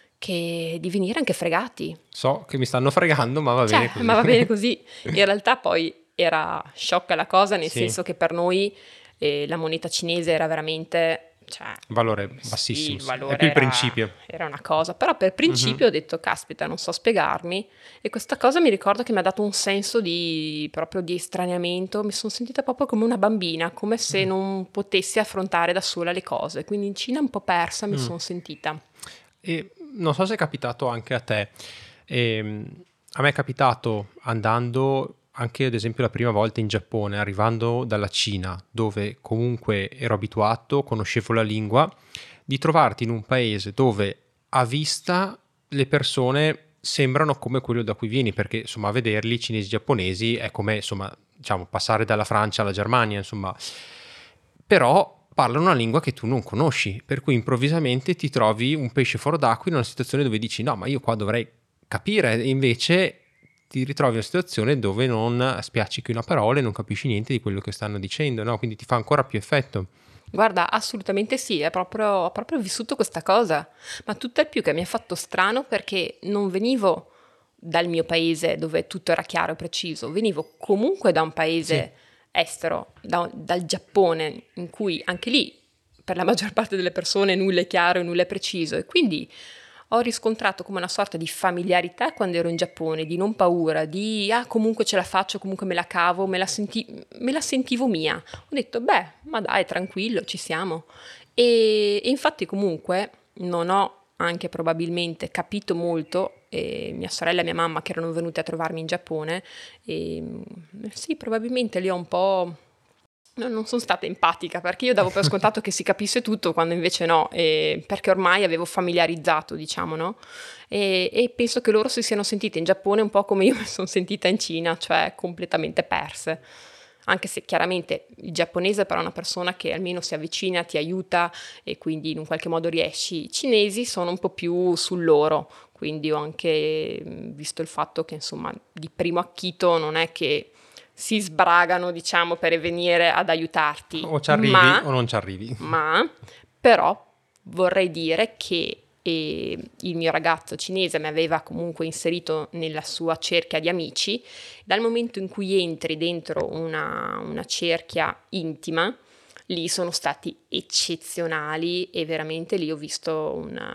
di venire anche fregati. So che mi stanno fregando, ma va bene Cioè, così. ma va bene così. In realtà poi era sciocca la cosa, nel Sì, senso che per noi la moneta cinese era veramente, cioè, valore sì, bassissimo. il Sì. È valore più il principio. era una cosa, però per Mhm. principio ho detto, caspita, non so spiegarmi, e questa cosa mi ricordo che mi ha dato un senso di, proprio di estraniamento, mi sono sentita proprio come una bambina, come se non potessi affrontare da sola le cose, quindi in Cina un po' persa mi Mm. sono sentita. E non so se è capitato anche a te. A me è capitato andando anche ad esempio la prima volta in Giappone, arrivando dalla Cina, dove comunque ero abituato, conoscevo la lingua, di trovarti in un paese dove a vista le persone sembrano come quello da cui vieni, perché insomma a vederli cinesi giapponesi è come insomma diciamo passare dalla Francia alla Germania, insomma però parlano una lingua che tu non conosci, per cui improvvisamente ti trovi un pesce fuor d'acqua in una situazione dove dici no, ma io qua dovrei capire, e invece ti ritrovi in una situazione dove non spiaccichi una parola e non capisci niente di quello che stanno dicendo, no? Quindi ti fa ancora più effetto. Guarda, assolutamente sì, ho proprio vissuto questa cosa, ma tutt'al più che mi ha fatto strano perché non venivo dal mio paese dove tutto era chiaro e preciso, venivo comunque da un Sì. paese estero, dal Giappone, in cui anche lì per la maggior parte delle persone nulla è chiaro e nulla è preciso e quindi ho riscontrato come una sorta di familiarità quando ero in Giappone, di non paura, di comunque ce la faccio, comunque me la cavo, me la sentivo mia. Ho detto beh, ma dai, tranquillo, ci siamo. E infatti comunque non ho anche probabilmente capito molto, e mia sorella e mia mamma che erano venute a trovarmi in Giappone, e sì, probabilmente lì ho un po'... Non sono stata empatica, perché io davo per scontato che si capisse tutto, quando invece no, perché ormai avevo familiarizzato, diciamo, no? E penso che loro si siano sentite in Giappone un po' come io mi sono sentita in Cina, cioè completamente perse. Anche se chiaramente il giapponese però è una persona che almeno si avvicina, ti aiuta e quindi in un qualche modo riesci. I cinesi sono un po' più sul loro, quindi ho anche visto il fatto che insomma di primo acchito non è che si sbragano, diciamo, per venire ad aiutarti. O ci arrivi o non ci arrivi. Ma però vorrei dire che il mio ragazzo cinese mi aveva comunque inserito nella sua cerchia di amici. Dal momento in cui entri dentro una cerchia intima, lì sono stati eccezionali e veramente lì ho visto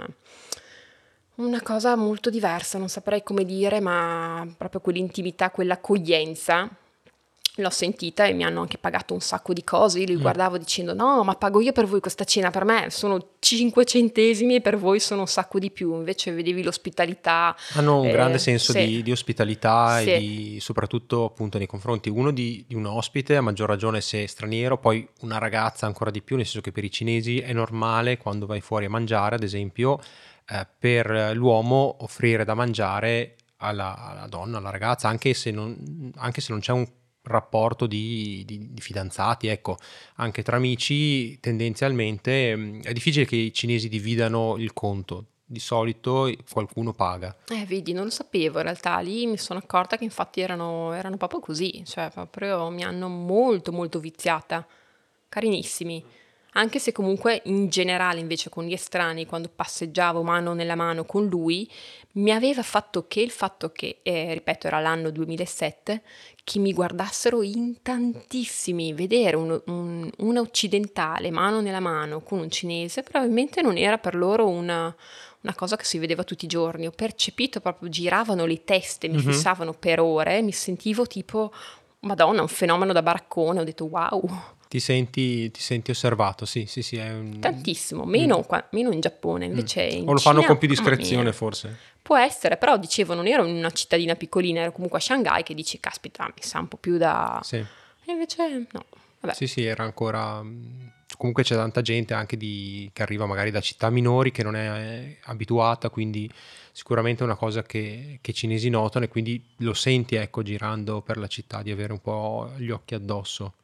una cosa molto diversa, non saprei come dire, ma proprio quell'intimità, quell'accoglienza. L'ho sentita e mi hanno anche pagato un sacco di cose. Io li guardavo dicendo: no, ma pago io per voi questa cena, per me sono 5 centesimi e per voi sono un sacco di più. Invece vedevi l'ospitalità. Hanno un grande senso sì, di ospitalità sì. e soprattutto appunto nei confronti di un ospite, a maggior ragione se straniero, poi una ragazza ancora di più, nel senso che per i cinesi è normale quando vai fuori a mangiare, ad esempio, per l'uomo offrire da mangiare alla donna, alla ragazza, anche se non c'è un rapporto di fidanzati, ecco, anche tra amici tendenzialmente è difficile che i cinesi dividano il conto, di solito qualcuno paga. Vedi, non lo sapevo in realtà, lì mi sono accorta che infatti erano proprio così, cioè proprio mi hanno molto molto viziata, carinissimi. Anche se comunque in generale invece con gli estranei, quando passeggiavo mano nella mano con lui, mi aveva fatto che il fatto che, ripeto, era l'anno 2007, che mi guardassero in tantissimi. Vedere una occidentale mano nella mano con un cinese probabilmente non era per loro una cosa che si vedeva tutti i giorni. Ho percepito proprio, giravano le teste, mi fissavano per ore, mi sentivo tipo, Madonna, un fenomeno da baraccone. Ho detto wow. Ti senti osservato, sì, è Tantissimo, meno in Giappone, invece in o lo fanno Cina, con più mamma discrezione mia. forse. Può essere, però dicevo, non ero in una cittadina piccolina, ero comunque a Shanghai, che dici, caspita, mi sa un po' più da... Sì. E invece no, vabbè. Sì, era ancora... Comunque c'è tanta gente anche che arriva magari da città minori, che non è abituata, quindi sicuramente è una cosa che i cinesi notano e quindi lo senti, ecco, girando per la città, di avere un po' gli occhi addosso.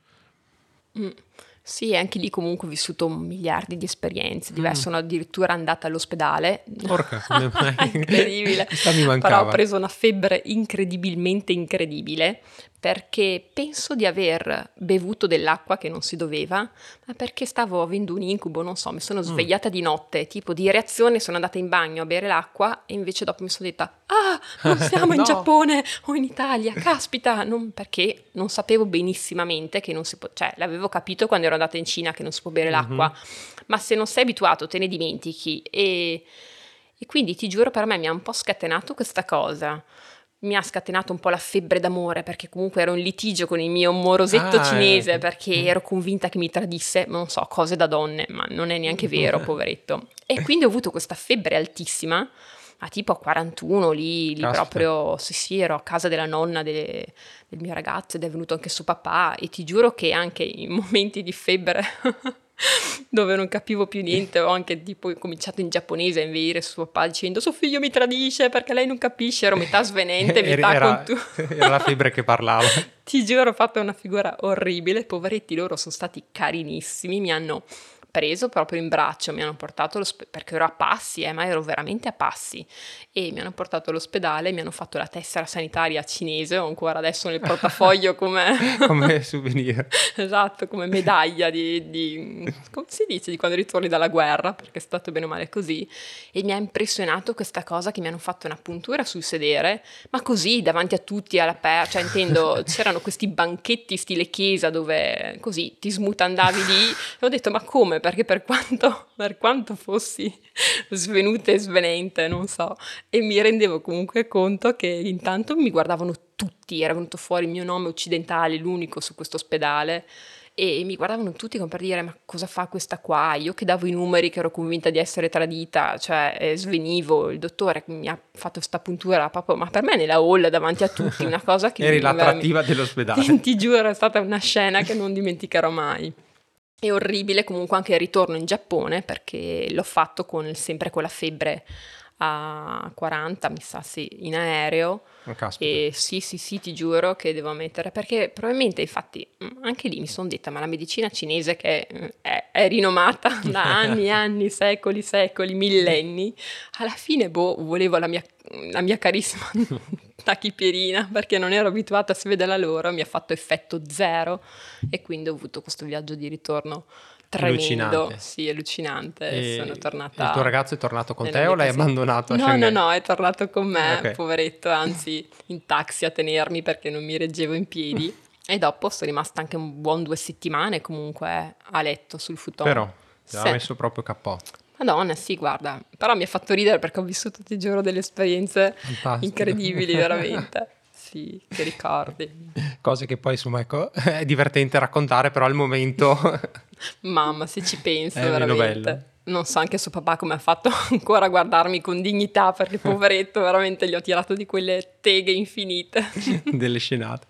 Sì, anche lì comunque ho vissuto miliardi di esperienze diverse, sono addirittura andata all'ospedale. Porca, come mai? Incredibile. Questa mi mancava. Però ho preso una febbre incredibilmente incredibile, perché penso di aver bevuto dell'acqua che non si doveva, ma perché stavo avendo un incubo, non so, mi sono svegliata di notte, tipo di reazione, sono andata in bagno a bere l'acqua e invece dopo mi sono detta: ah, non siamo in No. Giappone o in Italia, caspita, perché non sapevo benissimamente che non si può, cioè l'avevo capito quando ero andata in Cina che non si può bere l'acqua, ma se non sei abituato te ne dimentichi e quindi ti giuro, per me mi ha un po' scatenato questa cosa. Mi ha scatenato un po' la febbre d'amore, perché comunque ero in litigio con il mio morosetto cinese, perché ero convinta che mi tradisse, non so, cose da donne, ma non è neanche vero, poveretto. E quindi ho avuto questa febbre altissima, ma tipo a 41, lì proprio, sì, ero a casa della nonna del mio ragazzo ed è venuto anche suo papà, e ti giuro che anche in momenti di febbre dove non capivo più niente, ho anche tipo cominciato in giapponese a inveire suo papà dicendo: suo figlio mi tradisce perché lei non capisce, ero metà svenente, metà con tu. Era la febbre che parlava. Ti giuro, ho fatto una figura orribile, poveretti, loro sono stati carinissimi, mi hanno preso proprio in braccio, mi hanno portato perché ero a passi, ma ero veramente a passi, e mi hanno portato all'ospedale, mi hanno fatto la tessera sanitaria cinese, ho ancora adesso nel portafoglio come souvenir. Esatto, come medaglia come si dice, di quando ritorni dalla guerra, perché è stato bene o male così, e mi ha impressionato questa cosa che mi hanno fatto una puntura sul sedere, ma così davanti a tutti all'aperto, cioè intendo, c'erano questi banchetti stile chiesa dove così ti smutandavi lì, e ho detto: ma come? Perché per quanto fossi svenuta e svenente, non so, e mi rendevo comunque conto che intanto mi guardavano tutti, era venuto fuori il mio nome occidentale, l'unico su questo ospedale, e mi guardavano tutti come per dire: ma cosa fa questa qua? Io che davo i numeri, che ero convinta di essere tradita, cioè svenivo, il dottore mi ha fatto sta puntura proprio, ma per me nella hall davanti a tutti, una cosa che eri l'attrattiva dell'ospedale. Ti giuro, è stata una scena che non dimenticherò mai. È orribile comunque anche il ritorno in Giappone, perché l'ho fatto sempre con la febbre a 40, mi sa, sì, in aereo. Oh, caspita. E sì, ti giuro che devo ammettere, perché probabilmente, infatti, anche lì mi sono detta, ma la medicina cinese, che è rinomata da anni e anni, secoli, millenni, alla fine, volevo la mia carissima tachipirina, perché non ero abituata a si vede la loro, mi ha fatto effetto zero, e quindi ho avuto questo viaggio di ritorno tremendo, sì, allucinante. E sono tornata. Il tuo ragazzo è tornato con te o l'hai abbandonato a No, Shanghai? no, è tornato con me, Okay. poveretto, anzi in taxi a tenermi perché non mi reggevo in piedi. E dopo sono rimasta anche un buon 2 settimane comunque a letto sul futon. Però ti ha Sì. messo proprio KO. Madonna, sì, guarda, però mi ha fatto ridere perché ho vissuto, ti giuro, delle esperienze Fantastico. incredibili, veramente. Sì, che ricordi. Cose che poi, insomma, ecco, è divertente raccontare, però al momento Mamma, se ci penso, è meno veramente. bello. Non so anche suo papà come ha fatto ancora a guardarmi con dignità, perché poveretto, veramente gli ho tirato di quelle teghe infinite. Delle scenate.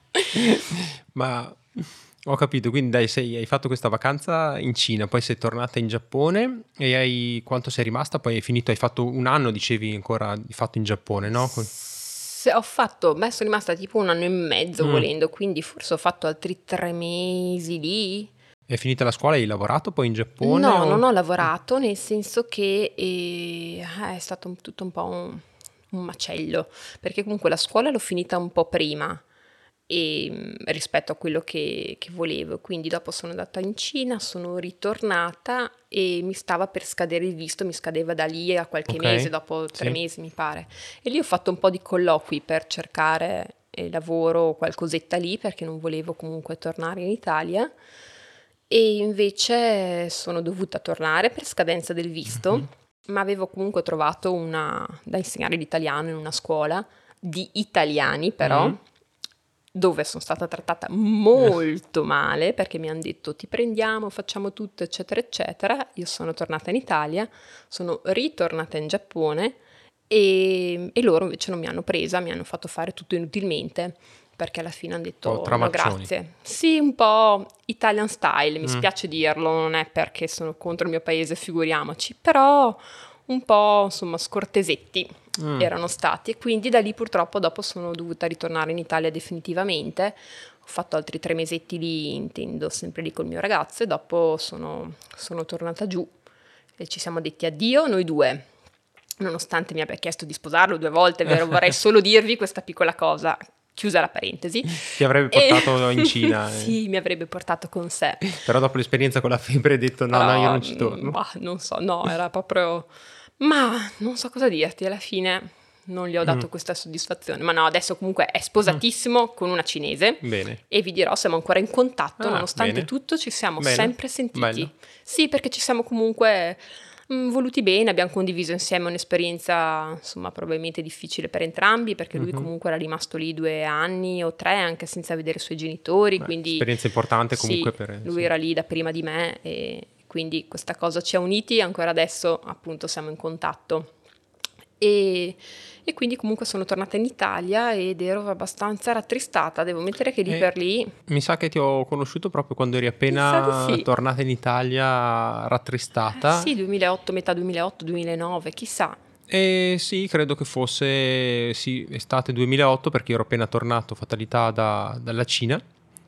Ma ho capito, quindi dai, hai fatto questa vacanza in Cina, poi sei tornata in Giappone e quanto sei rimasta? Poi hai fatto un anno, dicevi ancora, di fatto in Giappone, no? Sono rimasta tipo un anno e mezzo volendo, quindi forse ho fatto altri 3 mesi lì. È finita la scuola e hai lavorato poi in Giappone? No, non ho lavorato, nel senso che è stato tutto un po' un macello, perché comunque la scuola l'ho finita un po' prima rispetto a quello che volevo, quindi dopo sono andata in Cina, sono ritornata e mi stava per scadere il visto, mi scadeva da lì a qualche mese, dopo 3 mesi mi pare, e lì ho fatto un po' di colloqui per cercare lavoro o qualcosetta lì, perché non volevo comunque tornare in Italia. E invece sono dovuta tornare per scadenza del visto, ma avevo comunque trovato da insegnare l'italiano in una scuola di italiani, però, dove sono stata trattata molto male, perché mi hanno detto ti prendiamo, facciamo tutto, eccetera, eccetera. Io sono tornata in Italia, sono ritornata in Giappone e loro invece non mi hanno presa, mi hanno fatto fare tutto inutilmente, perché alla fine hanno detto no grazie. Sì, un po' Italian style, mi spiace dirlo, non è perché sono contro il mio paese, figuriamoci, però un po' insomma scortesetti erano stati, e quindi da lì purtroppo dopo sono dovuta ritornare in Italia definitivamente. Ho fatto altri 3 mesetti lì, intendo, sempre lì col mio ragazzo, e dopo sono tornata giù e ci siamo detti addio noi due. Nonostante mi abbia chiesto di sposarlo 2 volte, vero? Vorrei solo dirvi questa piccola cosa, chiusa la parentesi. Ti avrebbe portato in Cina. Sì, mi avrebbe portato con sé. Però dopo l'esperienza con la febbre hai detto no, io non ci torno. Non so, no, era proprio... Ma non so cosa dirti, alla fine non gli ho dato questa soddisfazione. Ma no, adesso comunque è sposatissimo con una cinese. Bene. E vi dirò, siamo ancora in contatto, nonostante tutto ci siamo sempre sentiti. Bello. Sì, perché ci siamo comunque voluti bene, abbiamo condiviso insieme un'esperienza, insomma, probabilmente difficile per entrambi, perché lui comunque era rimasto lì 2 anni o 3 anche senza vedere i suoi genitori, quindi esperienza importante comunque sì, lui era lì da prima di me, e quindi questa cosa ci ha uniti, ancora adesso appunto siamo in contatto. E quindi comunque sono tornata in Italia ed ero abbastanza rattristata, devo ammettere che lì per lì... Mi sa che ti ho conosciuto proprio quando eri appena tornata in Italia rattristata. Sì, 2008, metà 2008-2009, chissà. Sì, credo che fosse estate 2008, perché io ero appena tornato, fatalità, dalla Cina,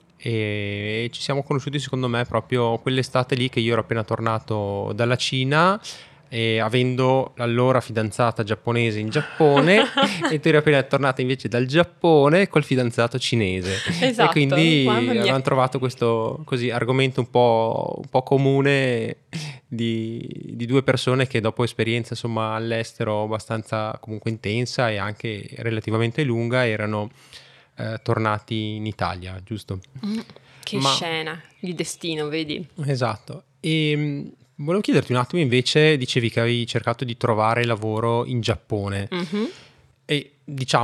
e ci siamo conosciuti secondo me proprio quell'estate lì che io ero appena tornato dalla Cina, e avendo l'allora fidanzata giapponese in Giappone e tu eri appena tornata invece dal Giappone col fidanzato cinese. Esatto, e quindi mamma mia. avevamo trovato questo così argomento un po' comune di 2 persone che dopo esperienza insomma all'estero abbastanza comunque intensa e anche relativamente lunga erano tornati in Italia, giusto? Che scena, il destino, vedi? Esatto. E volevo chiederti un attimo invece, dicevi che avevi cercato di trovare lavoro in Giappone e diciamolo,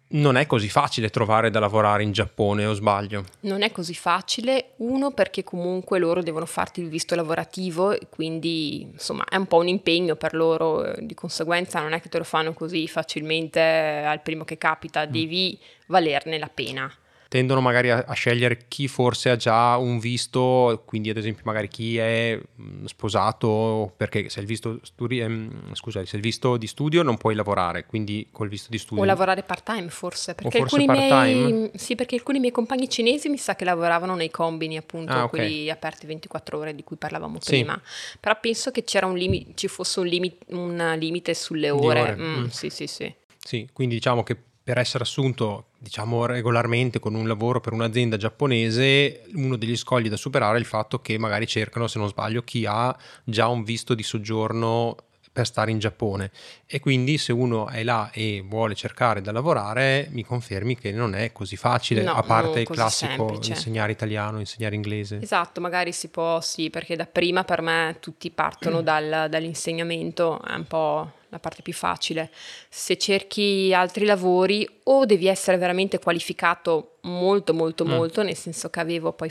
non è così facile trovare da lavorare in Giappone, o sbaglio? Non è così facile, uno perché comunque loro devono farti il visto lavorativo e quindi insomma è un po' un impegno per loro, di conseguenza non è che te lo fanno così facilmente al primo che capita, devi valerne la pena. Tendono magari a scegliere chi forse ha già un visto, quindi ad esempio magari chi è sposato, perché se il visto se il visto di studio non puoi lavorare, quindi col visto di studio. O lavorare part-time forse, perché O forse alcuni part-time? sì, perché alcuni miei compagni cinesi mi sa che lavoravano nei combini, appunto, Ah, ok. quelli aperti 24 ore di cui parlavamo Sì. prima. Però penso che c'era ci fosse un limite sulle Di ore. ore. Sì, sì, sì. Sì, quindi diciamo che per essere assunto, diciamo, regolarmente con un lavoro per un'azienda giapponese, uno degli scogli da superare è il fatto che magari cercano, se non sbaglio, chi ha già un visto di soggiorno per stare in Giappone. E quindi se uno è là e vuole cercare da lavorare, mi confermi che non è così facile, No, a parte non il così classico semplice. insegnare italiano, insegnare inglese. Esatto, magari si può, sì, perché dapprima per me tutti partono dall'insegnamento, è un po' la parte più facile. Se cerchi altri lavori o devi essere veramente qualificato molto, molto, molto, nel senso che avevo poi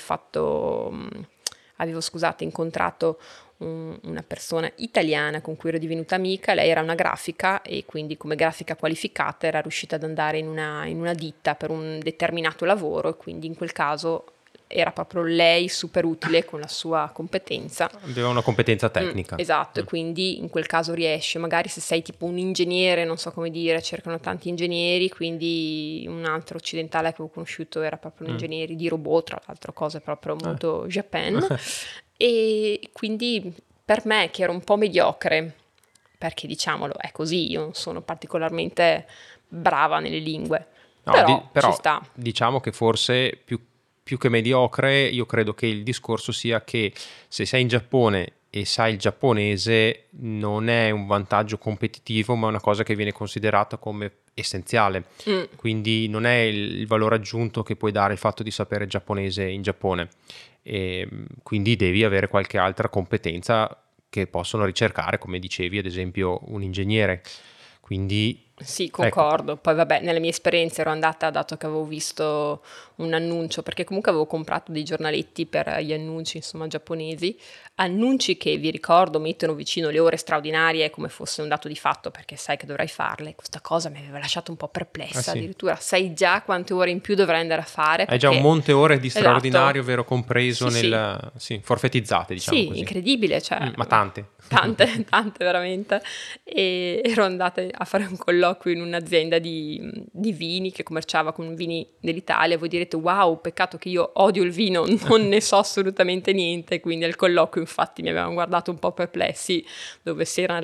incontrato una persona italiana con cui ero divenuta amica, lei era una grafica e quindi come grafica qualificata era riuscita ad andare in una ditta per un determinato lavoro e quindi in quel caso era proprio lei super utile con la sua competenza. Aveva una competenza tecnica. Esatto, e quindi in quel caso riesce, magari se sei tipo un ingegnere, non so come dire, cercano tanti ingegneri, quindi un altro occidentale che avevo conosciuto era proprio un ingegnere di robot, tra l'altro cose proprio molto Japan, e quindi per me che ero un po' mediocre, perché diciamolo è così, io non sono particolarmente brava nelle lingue, No, però ci però sta. diciamo che forse più che mediocre, io credo che il discorso sia che se sei in Giappone e sai il giapponese non è un vantaggio competitivo, ma è una cosa che viene considerata come essenziale. Quindi non è il valore aggiunto che puoi dare il fatto di sapere giapponese in Giappone. E quindi devi avere qualche altra competenza che possono ricercare, come dicevi, ad esempio un ingegnere. Quindi Sì, ecco. concordo. Poi vabbè, nelle mie esperienze ero andata, dato che avevo visto un annuncio, perché comunque avevo comprato dei giornaletti per gli annunci, insomma, giapponesi, annunci che vi ricordo mettono vicino le ore straordinarie come fosse un dato di fatto, perché sai che dovrai farle. Questa cosa mi aveva lasciato un po' perplessa, Sì. addirittura sai già quante ore in più dovrai andare a fare, Hai già un perché monte ore di straordinario, esatto. vero compreso Sì, sì. sì, forfetizzate, diciamo Sì, così. incredibile, cioè Ma tante. tante, tante veramente. E ero andata a fare un colloquio in un'azienda di vini che commerciava con vini dell'Italia. Voi direte, wow, peccato che io odio il vino, non ne so assolutamente niente. Quindi al colloquio infatti mi avevano guardato un po' perplessi, dove si erano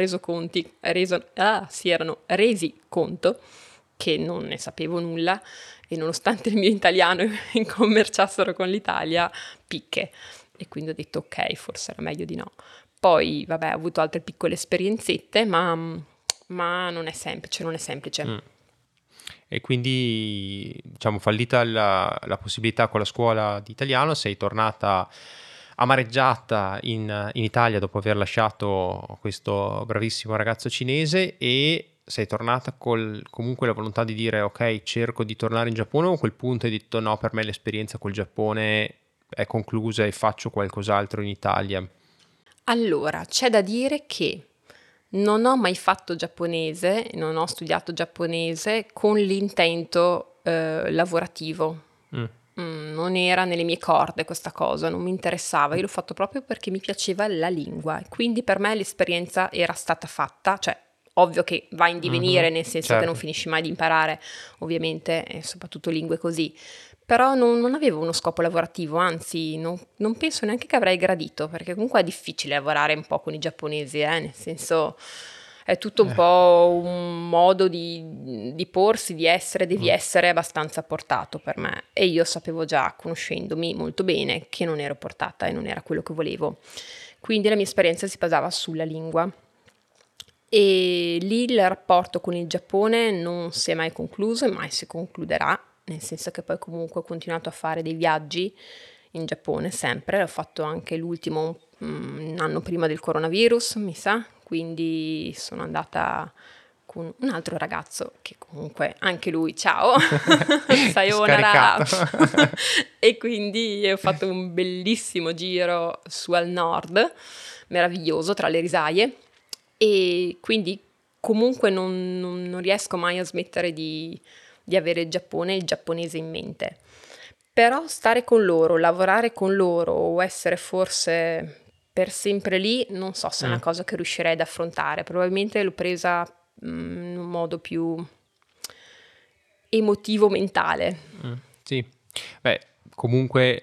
si erano resi conto che non ne sapevo nulla e nonostante il mio italiano commerciassero con l'Italia, picche. E quindi ho detto ok, forse era meglio di no. Poi, vabbè, ho avuto altre piccole esperienzette, ma non è semplice, non è semplice. E quindi, diciamo, fallita la possibilità con la scuola di italiano, sei tornata amareggiata in Italia dopo aver lasciato questo bravissimo ragazzo cinese e sei tornata comunque la volontà di dire ok, cerco di tornare in Giappone, o a quel punto hai detto no, per me l'esperienza col Giappone è conclusa e faccio qualcos'altro in Italia? Allora, c'è da dire che non ho mai fatto giapponese, non ho studiato giapponese con l'intento lavorativo. Non era nelle mie corde questa cosa, non mi interessava, io l'ho fatto proprio perché mi piaceva la lingua, quindi per me l'esperienza era stata fatta, cioè ovvio che va in divenire, nel senso che non Certo. finisci mai di imparare, ovviamente, e soprattutto lingue così, però non avevo uno scopo lavorativo, anzi non penso neanche che avrei gradito, perché comunque è difficile lavorare un po' con i giapponesi, nel senso è tutto un po' un modo di porsi, di essere, devi essere abbastanza portato per me. E io sapevo già, conoscendomi molto bene, che non ero portata e non era quello che volevo. Quindi la mia esperienza si basava sulla lingua. E lì il rapporto con il Giappone non si è mai concluso e mai si concluderà, nel senso che poi comunque ho continuato a fare dei viaggi in Giappone sempre, l'ho fatto anche l'ultimo un anno prima del coronavirus, mi sa, quindi sono andata con un altro ragazzo che comunque anche lui, ciao, sayonara. Scaricato. E quindi ho fatto un bellissimo giro su al nord, meraviglioso, tra le risaie, e quindi comunque non riesco mai a smettere di avere il Giappone e il giapponese in mente. Però stare con loro, lavorare con loro o essere forse per sempre lì, non so se è una cosa che riuscirei ad affrontare. Probabilmente l'ho presa in un modo più emotivo, mentale. Sì, beh, comunque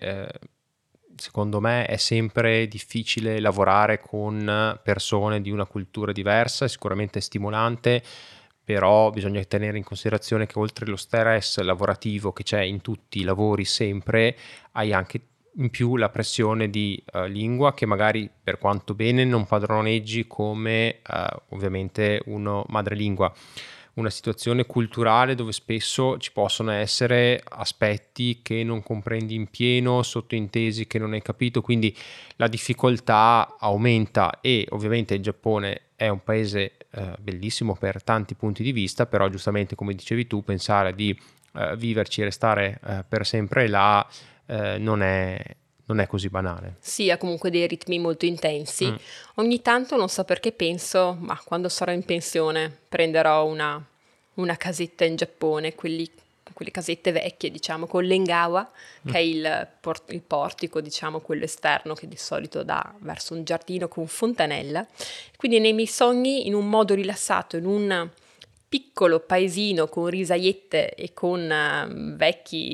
secondo me è sempre difficile lavorare con persone di una cultura diversa, è sicuramente stimolante, però bisogna tenere in considerazione che oltre allo stress lavorativo che c'è in tutti i lavori sempre, hai anche in più la pressione di lingua che magari per quanto bene non padroneggi come ovviamente uno madrelingua. Una situazione culturale dove spesso ci possono essere aspetti che non comprendi in pieno, sottointesi che non hai capito, quindi la difficoltà aumenta e ovviamente il Giappone è un paese bellissimo per tanti punti di vista, però giustamente come dicevi tu, pensare di viverci e restare per sempre là non è così banale. Sì, ha comunque dei ritmi molto intensi. Ogni tanto non so perché penso, ma quando sarò in pensione prenderò una casetta in Giappone, quelle casette vecchie, diciamo, con l'engawa, che è il portico, diciamo, quello esterno che di solito dà verso un giardino con fontanella. Quindi nei miei sogni, in un modo rilassato, in un piccolo paesino con risaiette e con vecchi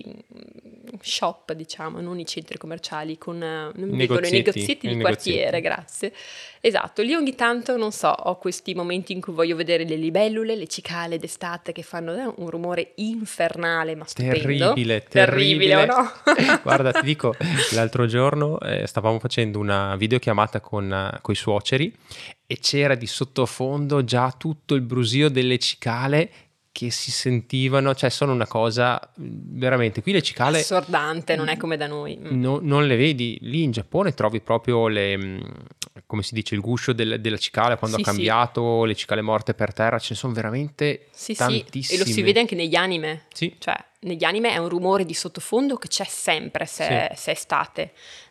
shop, diciamo, non i centri commerciali, con non mi dicono i negozietti di quartiere, grazie. Esatto, lì ogni tanto, non so, ho questi momenti in cui voglio vedere le libellule, le cicale d'estate che fanno un rumore infernale, ma stupendo. Terribile o no? Guarda, ti dico, l'altro giorno stavamo facendo una videochiamata con i suoceri e c'era di sottofondo già tutto il brusio delle cicale che si sentivano, cioè sono una cosa veramente, qui le cicale assordante, non è come da noi. Non le vedi, lì in Giappone trovi proprio come si dice, il guscio della cicale quando Sì, ha cambiato, le cicale morte per terra, ce ne sono veramente tantissime. Sì, e lo si vede anche negli anime. Sì. Cioè, negli anime è un rumore di sottofondo che c'è sempre se è estate,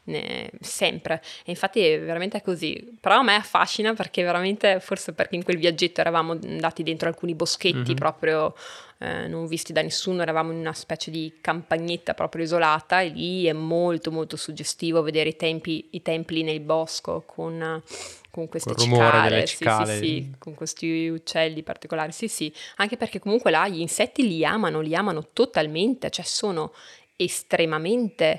sempre. E infatti è veramente così. Però a me affascina perché veramente, forse perché in quel viaggetto eravamo andati dentro alcuni boschetti proprio non visti da nessuno, eravamo in una specie di campagnetta proprio isolata e lì è molto molto suggestivo vedere i templi nel bosco con queste col rumore cicale, delle cicale. sì, con questi uccelli particolari, sì, anche perché comunque là gli insetti li amano totalmente, cioè sono estremamente,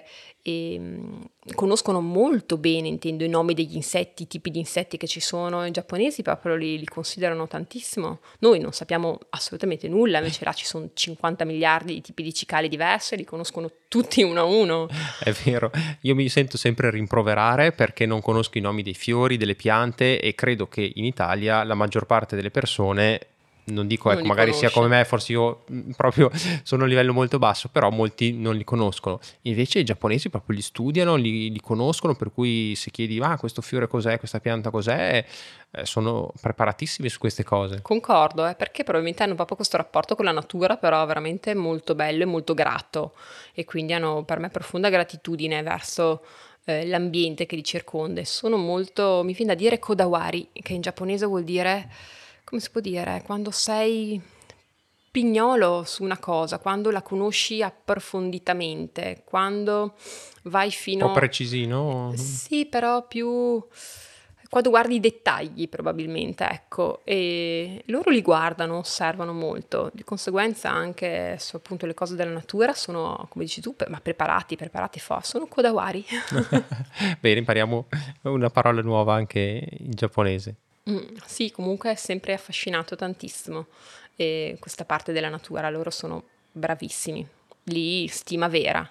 conoscono molto bene, intendo, i nomi degli insetti, i tipi di insetti che ci sono, i giapponesi proprio li considerano tantissimo, noi non sappiamo assolutamente nulla, invece là ci sono 50 miliardi di tipi di cicale diversi e li conoscono tutti uno a uno. È vero, io mi sento sempre rimproverare perché non conosco i nomi dei fiori, delle piante e credo che in Italia la maggior parte delle persone, non dico ecco, magari conosce. sia come me, forse io proprio sono a un livello molto basso, però molti non li conoscono. Invece i giapponesi proprio li studiano, li conoscono, per cui se chiedi questo fiore cos'è, questa pianta cos'è, sono preparatissimi su queste cose. Concordo, perché probabilmente hanno proprio questo rapporto con la natura, però veramente molto bello e molto grato, e quindi hanno per me profonda gratitudine verso l'ambiente che li circonda. Sono molto, mi viene da dire kodawari, che in giapponese vuol dire, come si può dire, quando sei pignolo su una cosa, quando la conosci approfonditamente, quando vai fino... Un po' precisino? Sì, però più... quando guardi i dettagli probabilmente, ecco, e loro li guardano, osservano molto, di conseguenza anche su appunto le cose della natura sono, come dici tu, ma preparati sono kodawari. Bene, impariamo una parola nuova anche in giapponese. Sì, comunque è sempre affascinato tantissimo questa parte della natura, loro sono bravissimi, lì stima vera.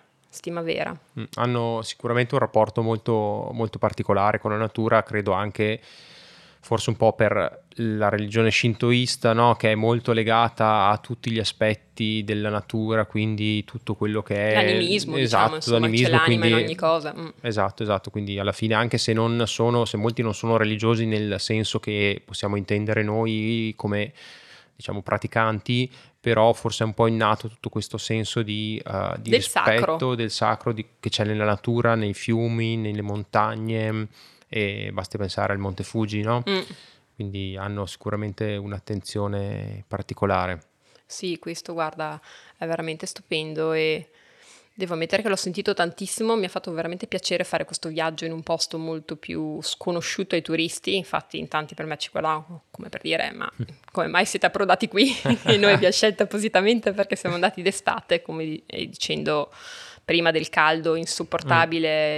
Hanno sicuramente un rapporto molto, molto particolare con la natura, credo anche forse un po' per la religione shintoista, no? Che è molto legata a tutti gli aspetti della natura, quindi tutto quello che è l'animismo, esatto, diciamo, insomma, l'animismo, c'è l'anima quindi, in ogni cosa. Esatto, quindi alla fine anche se molti non sono religiosi nel senso che possiamo intendere noi come diciamo, praticanti, però forse è un po' innato tutto questo senso di Del rispetto sacro. del sacro che c'è nella natura, nei fiumi, nelle montagne, e basti pensare al Monte Fuji, no? Mm. Quindi hanno sicuramente un'attenzione particolare. Sì, questo guarda è veramente stupendo e devo ammettere che l'ho sentito tantissimo, mi ha fatto veramente piacere fare questo viaggio in un posto molto più sconosciuto ai turisti, infatti in tanti per me ci guardavano come per dire ma come mai siete approdati qui? E noi abbiamo scelto appositamente perché siamo andati d'estate, dicendo prima del caldo insopportabile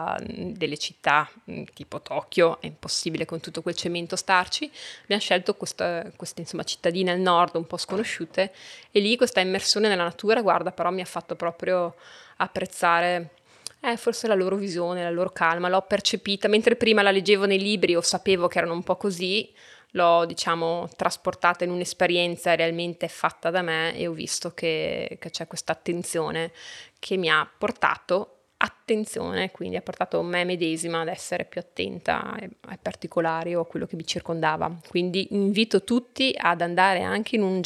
delle città tipo Tokyo, è impossibile con tutto quel cemento starci, abbiamo scelto queste insomma, cittadine al nord un po' sconosciute e lì questa immersione nella natura, guarda, però mi ha fatto proprio apprezzare forse la loro visione, la loro calma, l'ho percepita, mentre prima la leggevo nei libri o sapevo che erano un po' così, l'ho, diciamo, trasportata in un'esperienza realmente fatta da me e ho visto che c'è questa attenzione che mi ha portato attenzione, quindi ha portato me medesima ad essere più attenta ai particolari o a quello che mi circondava. Quindi invito tutti ad andare anche in un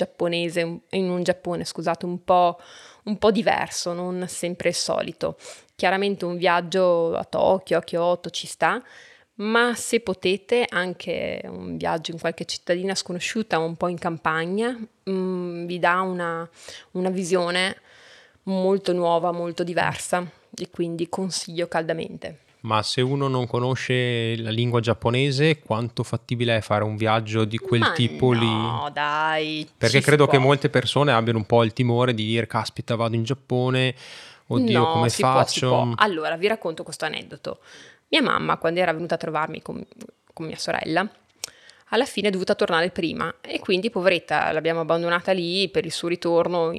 Giappone, scusate, un po' diverso, non sempre il solito. Chiaramente un viaggio a Tokyo, a Kyoto ci sta, ma se potete anche un viaggio in qualche cittadina sconosciuta, un po' in campagna, vi dà una visione molto nuova, molto diversa e quindi consiglio caldamente. Ma se uno non conosce la lingua giapponese, quanto fattibile è fare un viaggio di quel Ma tipo lì? no, dai, Perché ci si credo che può. molte persone abbiano un po' il timore di dire, caspita, vado in Giappone, oddio, No, come si può, si può. faccio? Allora, vi racconto questo aneddoto. Mia mamma, quando era venuta a trovarmi con mia sorella, alla fine è dovuta tornare prima e quindi, poveretta, l'abbiamo abbandonata lì per il suo ritorno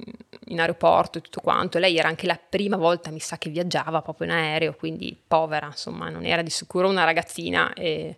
in aeroporto e tutto quanto. Lei era anche la prima volta, mi sa, che viaggiava proprio in aereo, quindi povera, insomma, non era di sicuro una ragazzina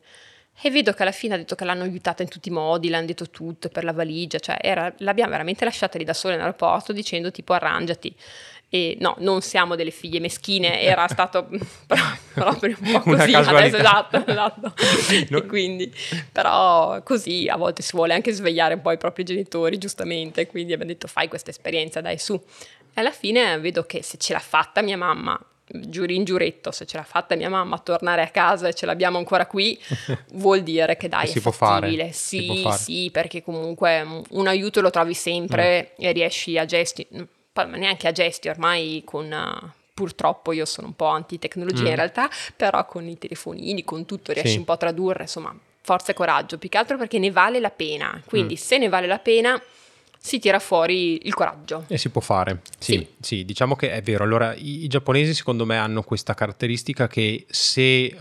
e vedo che alla fine ha detto che l'hanno aiutata in tutti i modi, le hanno detto tutto per la valigia, cioè l'abbiamo veramente lasciata lì da sola in aeroporto dicendo tipo arrangiati. E no, non siamo delle figlie meschine, era stato proprio un po' Una così, adesso casualità. esatto. No. E quindi, però così a volte si vuole anche svegliare un po' i propri genitori, giustamente, quindi abbiamo detto fai questa esperienza, dai su. E alla fine vedo che se ce l'ha fatta mia mamma, giuri in giuretto, se ce l'ha fatta mia mamma a tornare a casa e ce l'abbiamo ancora qui, vuol dire che dai, Si è può fare, fattibile. si può Sì, fare. sì, perché comunque un aiuto lo trovi sempre e riesci a gesti, ma neanche a gesti ormai purtroppo io sono un po' anti-tecnologia in realtà, però con i telefonini, con tutto riesci Sì. un po' a tradurre, insomma, forza e coraggio, più che altro perché ne vale la pena. Quindi se ne vale la pena si tira fuori il coraggio. E si può fare, sì, sì, diciamo che è vero. Allora, i giapponesi secondo me hanno questa caratteristica che se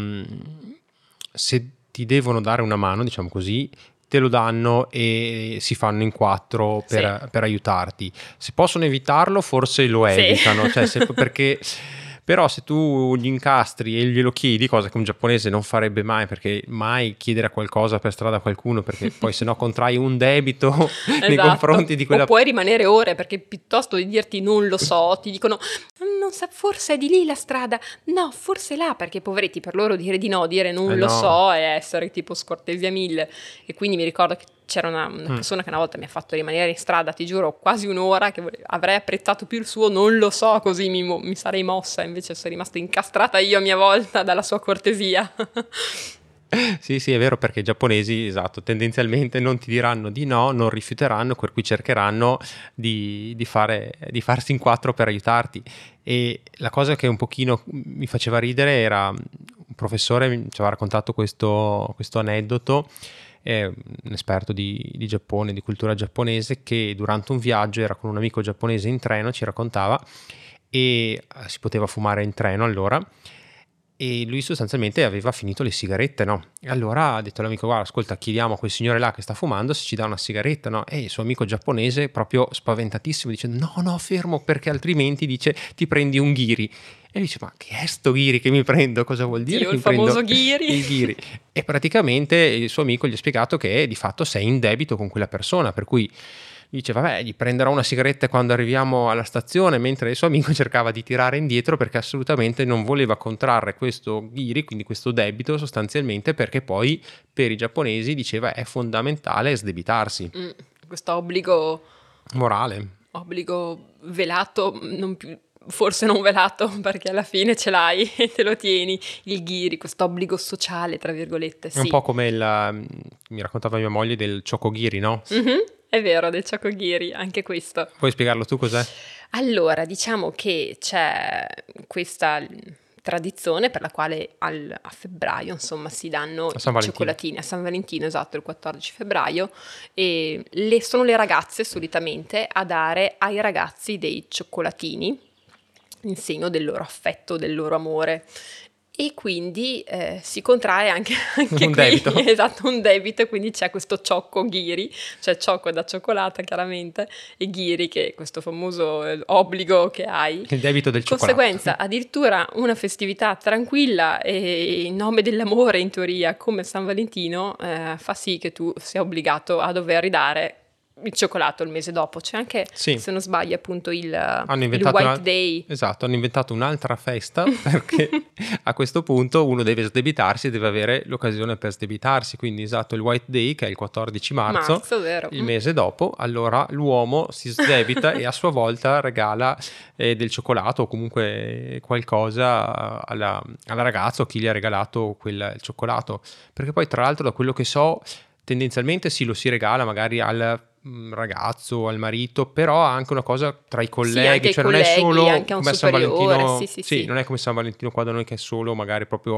ti devono dare una mano, diciamo così, te lo danno e si fanno in quattro per aiutarti. Se possono evitarlo, forse lo evitano, cioè perché... Però se tu gli incastri e glielo chiedi, cosa che un giapponese non farebbe mai, perché mai chiedere a qualcosa per strada a qualcuno, perché poi se no contrai un debito nei confronti di quella... O puoi rimanere ore, perché piuttosto di dirti non lo so, ti dicono non so, forse è di lì la strada, no, forse là, perché poveretti, per loro dire di no, dire non lo so è essere tipo scortesia 1000. E quindi mi ricordo che c'era una persona che una volta mi ha fatto rimanere in strada, ti giuro, quasi un'ora, che avrei apprezzato più il suo non lo so, così mi sarei mossa, invece sono rimasta incastrata io a mia volta dalla sua cortesia. Sì, è vero, perché i giapponesi, esatto, tendenzialmente non ti diranno di no, non rifiuteranno, per cui cercheranno di farsi in quattro per aiutarti. E la cosa che un pochino mi faceva ridere era un professore ci aveva raccontato questo aneddoto, un esperto di Giappone, di cultura giapponese, che durante un viaggio era con un amico giapponese in treno, ci raccontava, e si poteva fumare in treno allora, e lui sostanzialmente aveva finito le sigarette, no? E allora ha detto all'amico, guarda, ascolta, chiediamo a quel signore là che sta fumando se ci dà una sigaretta, no? E il suo amico giapponese, proprio spaventatissimo, dice no, fermo, perché altrimenti, dice, ti prendi un ghiri. E lui dice, ma che è sto ghiri che mi prendo? Cosa vuol dire? Dio, che il mi prendo famoso ghiri. il ghiri? E praticamente il suo amico gli ha spiegato che di fatto sei in debito con quella persona, per cui dice vabbè, gli prenderò una sigaretta quando arriviamo alla stazione, mentre il suo amico cercava di tirare indietro perché assolutamente non voleva contrarre questo giri, quindi questo debito sostanzialmente, perché poi per i giapponesi diceva è fondamentale sdebitarsi. Questo obbligo velato, forse non velato, perché alla fine ce l'hai e te lo tieni, il ghiri, questo obbligo sociale, tra virgolette, sì. È un po' come mi raccontava mia moglie del chokogiri, no? È vero, del chokogiri, anche questo. Puoi spiegarlo tu cos'è? Allora, diciamo che c'è questa tradizione per la quale a febbraio, insomma, si danno i cioccolatini a San Valentino, esatto, il 14 febbraio, e sono le ragazze solitamente a dare ai ragazzi dei cioccolatini in segno del loro affetto, del loro amore. E quindi si contrae anche un qui, debito. Esatto, un debito, quindi c'è questo ciocco ghiri, cioè ciocco da cioccolata chiaramente, e ghiri che è questo famoso obbligo che hai. Il debito del cioccolato. Conseguenza, addirittura una festività tranquilla e in nome dell'amore in teoria come San Valentino fa sì che tu sia obbligato a dover ridare il cioccolato il mese dopo. C'è anche, se non sbaglio, appunto il White Day. Esatto, hanno inventato un'altra festa perché a questo punto uno deve sdebitarsi e deve avere l'occasione per sdebitarsi. Quindi esatto, il White Day, che è il 14 marzo, vero. Il mese dopo, allora l'uomo si sdebita e a sua volta regala del cioccolato o comunque qualcosa alla ragazza o chi gli ha regalato il cioccolato. Perché poi tra l'altro, da quello che so, tendenzialmente lo si regala magari al ragazzo, al marito, però ha anche una cosa tra i colleghi, cioè non è solo anche come San Valentino, sì, non è come San Valentino qua da noi che è solo magari proprio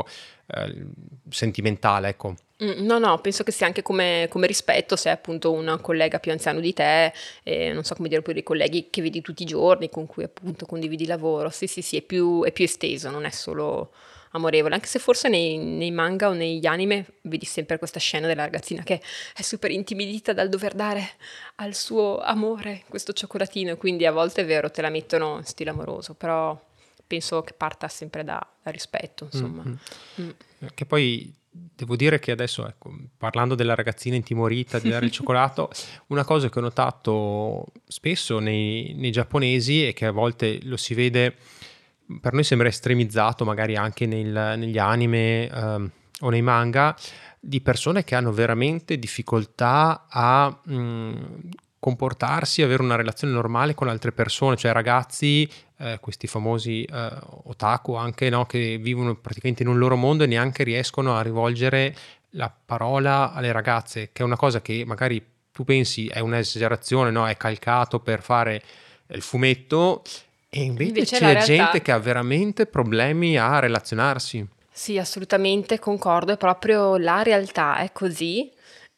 sentimentale, ecco. No, penso che sia anche come rispetto, se è appunto un collega più anziano di te, non so come dire, poi dei colleghi che vedi tutti i giorni, con cui appunto condividi lavoro, sì, è più esteso, non è solo amorevole, anche se forse nei manga o negli anime vedi sempre questa scena della ragazzina che è super intimidita dal dover dare al suo amore questo cioccolatino, e quindi a volte è vero, te la mettono in stile amoroso, però penso che parta sempre da rispetto, insomma. Che poi devo dire che adesso, ecco, parlando della ragazzina intimorita di dare il cioccolato, una cosa che ho notato spesso nei giapponesi e che a volte lo si vede, per noi sembra estremizzato magari anche negli anime o nei manga, di persone che hanno veramente difficoltà a comportarsi, avere una relazione normale con altre persone, cioè ragazzi, questi famosi otaku anche, no, che vivono praticamente in un loro mondo e neanche riescono a rivolgere la parola alle ragazze, che è una cosa che magari tu pensi è un'esagerazione, no, è calcato per fare il fumetto, e invece c'è gente che ha veramente problemi a relazionarsi. Sì, assolutamente, concordo, è proprio la realtà, è così.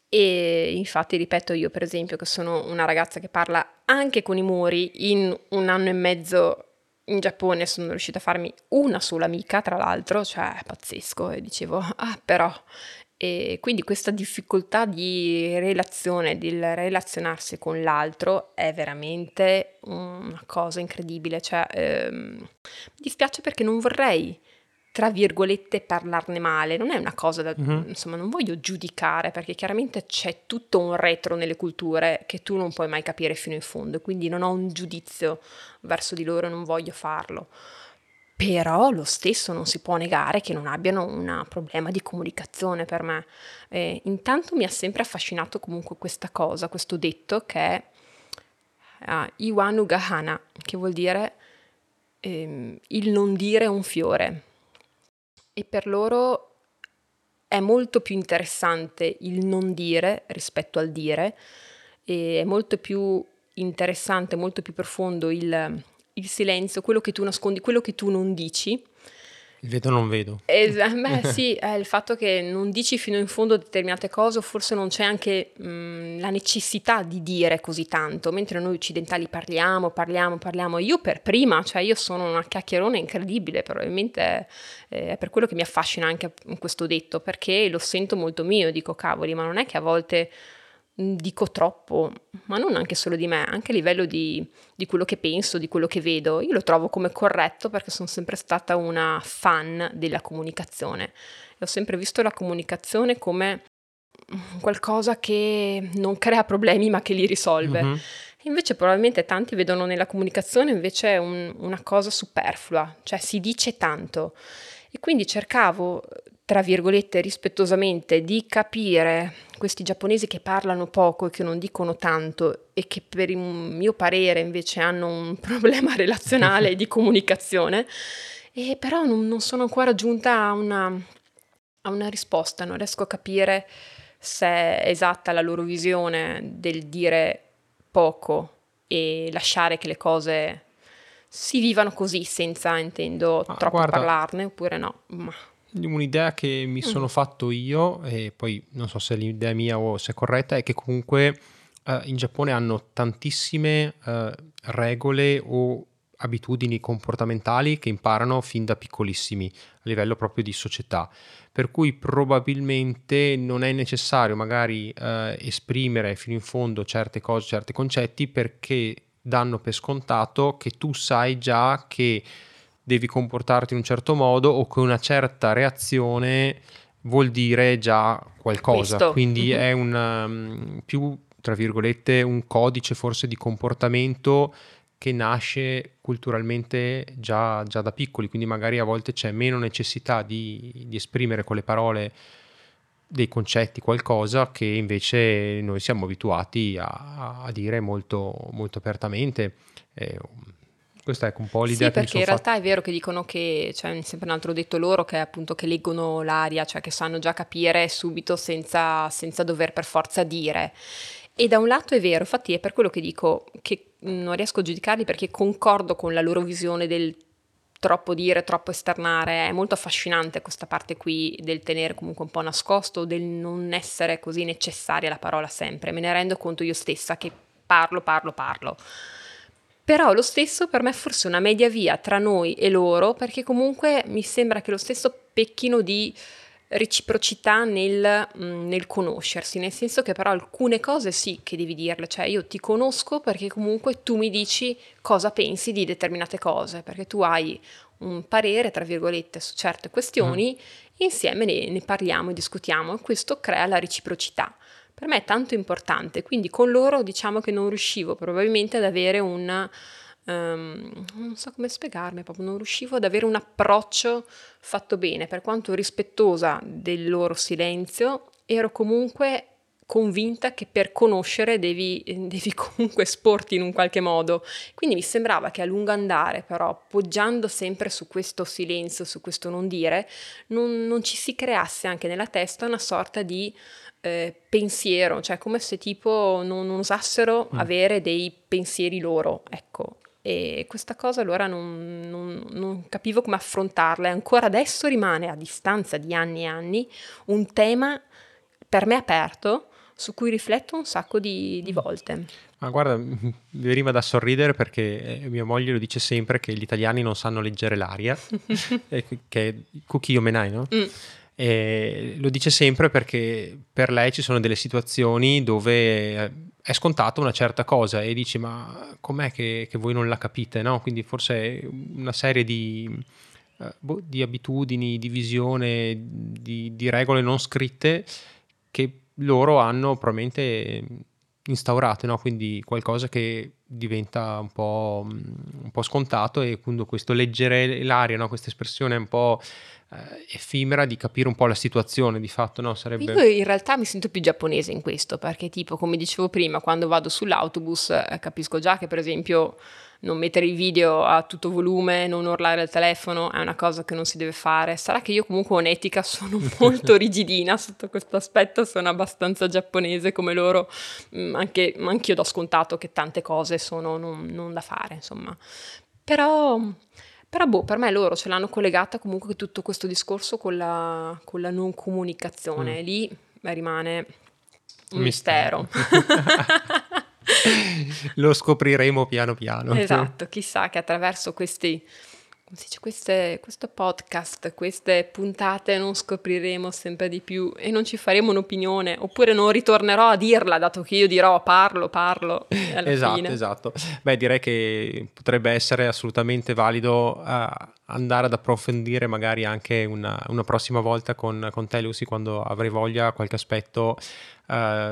E infatti, ripeto, io per esempio, che sono una ragazza che parla anche con i muri, in 1 anno e mezzo in Giappone sono riuscita a farmi una sola amica, tra l'altro, cioè è pazzesco, e dicevo, però... E quindi questa difficoltà di relazione, di relazionarsi con l'altro è veramente una cosa incredibile, cioè mi dispiace perché non vorrei, tra virgolette, parlarne male, non è una cosa da, insomma, non voglio giudicare, perché chiaramente c'è tutto un retro nelle culture che tu non puoi mai capire fino in fondo, quindi non ho un giudizio verso di loro, non voglio farlo. Però lo stesso non si può negare che non abbiano un problema di comunicazione per me. Intanto mi ha sempre affascinato comunque questa cosa, questo detto che è Iwanu ga hana, che vuol dire il non dire un fiore. E per loro è molto più interessante il non dire rispetto al dire, e è molto più interessante, molto più profondo il silenzio, quello che tu nascondi, quello che tu non dici. Il vedo non vedo. Beh sì, è il fatto che non dici fino in fondo determinate cose, o forse non c'è anche la necessità di dire così tanto, mentre noi occidentali parliamo, io per prima, cioè io sono una chiacchierona incredibile, probabilmente è per quello che mi affascina anche questo detto, perché lo sento molto mio, dico cavoli, ma non è che a volte dico troppo, ma non anche solo di me, anche a livello di quello che penso, di quello che vedo. Io lo trovo come corretto perché sono sempre stata una fan della comunicazione e ho sempre visto la comunicazione come qualcosa che non crea problemi ma che li risolve. Invece probabilmente tanti vedono nella comunicazione invece una cosa superflua, cioè si dice tanto. E quindi cercavo, tra virgolette, rispettosamente, di capire questi giapponesi che parlano poco e che non dicono tanto e che per il mio parere invece hanno un problema relazionale di comunicazione, e però non sono ancora giunta a una risposta, non riesco a capire se è esatta la loro visione del dire poco e lasciare che le cose si vivano così senza, intendo, Ma troppo guarda, parlarne oppure no. Ma un'idea che mi sono fatto io, e poi non so se è l'idea mia o se è corretta, è che comunque in Giappone hanno tantissime regole o abitudini comportamentali che imparano fin da piccolissimi, a livello proprio di società. Per cui probabilmente non è necessario magari esprimere fino in fondo certe cose, certi concetti, perché danno per scontato che tu sai già che devi comportarti in un certo modo o che una certa reazione vuol dire già qualcosa. questo. Quindi è un più, tra virgolette, un codice forse di comportamento che nasce culturalmente già da piccoli, quindi magari a volte c'è meno necessità di esprimere con le parole dei concetti, qualcosa che invece noi siamo abituati a dire molto, molto apertamente. Eh, Questa è un po' l'idea Sì, che mi perché sono in realtà fatto. è vero che dicono che c'è sempre un altro detto loro che è appunto che leggono l'aria, cioè che sanno già capire subito senza dover per forza dire. E da un lato è vero, infatti è per quello che dico che non riesco a giudicarli perché concordo con la loro visione del troppo dire, troppo esternare. È molto affascinante questa parte qui del tenere comunque un po' nascosto, del non essere così necessaria la parola sempre. Me ne rendo conto io stessa che parlo, parlo, parlo. Però lo stesso per me è forse una media via tra noi e loro, perché comunque mi sembra che lo stesso pecchino di reciprocità nel conoscersi, nel senso che però alcune cose sì che devi dirle, cioè io ti conosco perché comunque tu mi dici cosa pensi di determinate cose, perché tu hai un parere, tra virgolette, su certe Mm. questioni, insieme ne parliamo e discutiamo e questo crea la reciprocità. Per me è tanto importante, quindi con loro diciamo che non riuscivo probabilmente ad avere non so come spiegarmi, proprio non riuscivo ad avere un approccio fatto bene, per quanto rispettosa del loro silenzio, ero comunque convinta che per conoscere devi comunque esporti in un qualche modo. Quindi mi sembrava che a lungo andare, però, poggiando sempre su questo silenzio, su questo non dire, non ci si creasse anche nella testa una sorta di pensiero, cioè come se tipo non osassero Mm. avere dei pensieri loro, ecco. E questa cosa allora non capivo come affrontarla e ancora adesso rimane, a distanza di anni e anni, un tema per me aperto su cui rifletto un sacco di volte. Ma guarda, mi veniva da sorridere perché mia moglie lo dice sempre che gli italiani non sanno leggere l'aria, che è Kukio Menai, no? Mm. E lo dice sempre perché per lei ci sono delle situazioni dove è scontata una certa cosa e dici ma com'è che voi non la capite, no? Quindi forse è una serie di abitudini, di visione, di regole non scritte che loro hanno probabilmente instaurate, no? Quindi qualcosa che diventa un po' scontato e quindi questo leggere l'aria, no? Questa espressione un po' effimera di capire un po' la situazione, di fatto, no? Io Sarebbe... in realtà mi sento più giapponese in questo, perché tipo, come dicevo prima, quando vado sull'autobus capisco già che per esempio non mettere i video a tutto volume, non urlare al telefono è una cosa che non si deve fare. Sarà che io comunque ho un'etica, sono molto rigidina sotto questo aspetto, sono abbastanza giapponese come loro, anch'io do scontato che tante cose sono non da fare, insomma. Però, però boh, per me loro ce l'hanno collegata comunque tutto questo discorso con la non Mm, comunicazione. Lì rimane un un mistero. mistero. Lo scopriremo piano piano. Esatto, chissà che attraverso questi, come si dice, questo podcast, queste puntate non scopriremo sempre di più e non ci faremo un'opinione, oppure non ritornerò a dirla, dato che io dirò parlo e alla Esatto, fine. esatto. Beh, direi che potrebbe essere assolutamente valido andare ad approfondire magari anche una prossima volta con te, Lucy, quando avrai voglia, qualche aspetto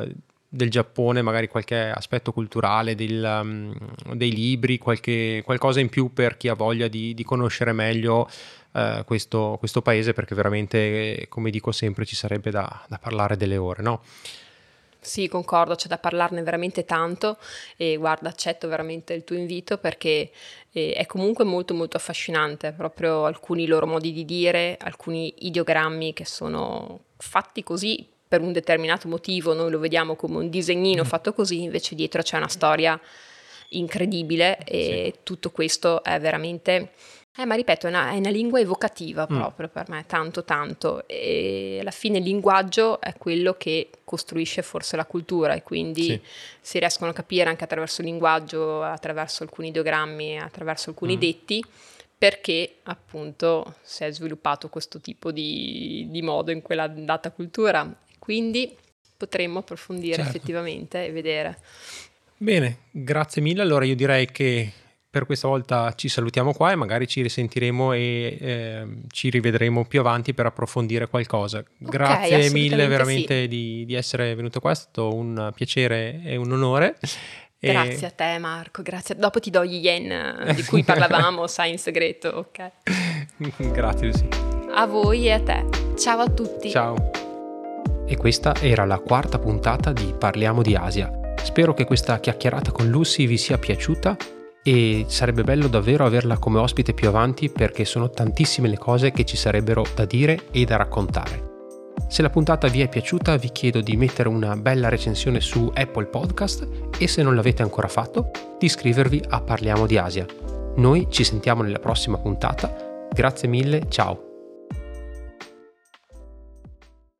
del Giappone, magari qualche aspetto culturale, dei libri, qualcosa in più per chi ha voglia di conoscere meglio questo paese, perché veramente, come dico sempre, ci sarebbe da parlare delle ore, no? Sì, concordo, c'è da parlarne veramente tanto e guarda, accetto veramente il tuo invito perché è comunque molto molto affascinante, proprio alcuni loro modi di dire, alcuni ideogrammi che sono fatti così per un determinato motivo, noi lo vediamo come un disegnino fatto così, invece dietro c'è una storia incredibile e tutto questo è veramente... ma ripeto, è una lingua evocativa proprio per me, tanto tanto, e alla fine il linguaggio è quello che costruisce forse la cultura e quindi si riescono a capire anche attraverso il linguaggio, attraverso alcuni ideogrammi, attraverso alcuni detti, perché appunto si è sviluppato questo tipo di modo in quella data cultura, quindi potremmo approfondire effettivamente e vedere. Bene, grazie mille, allora io direi che per questa volta ci salutiamo qua e magari ci risentiremo e ci rivedremo più avanti per approfondire qualcosa. Grazie mille veramente di essere venuto qua, è stato un piacere e un onore. Grazie a te Marco, grazie. Dopo ti do gli yen di cui parlavamo, sai, in segreto, ok? Grazie Lucy. A voi e a te. Ciao a tutti. Ciao. E questa era la 4ª puntata di Parliamo di Asia. Spero che questa chiacchierata con Lucy vi sia piaciuta e sarebbe bello davvero averla come ospite più avanti, perché sono tantissime le cose che ci sarebbero da dire e da raccontare. Se la puntata vi è piaciuta vi chiedo di mettere una bella recensione su Apple Podcast e, se non l'avete ancora fatto, di iscrivervi a Parliamo di Asia. Noi ci sentiamo nella prossima puntata. Grazie mille, ciao!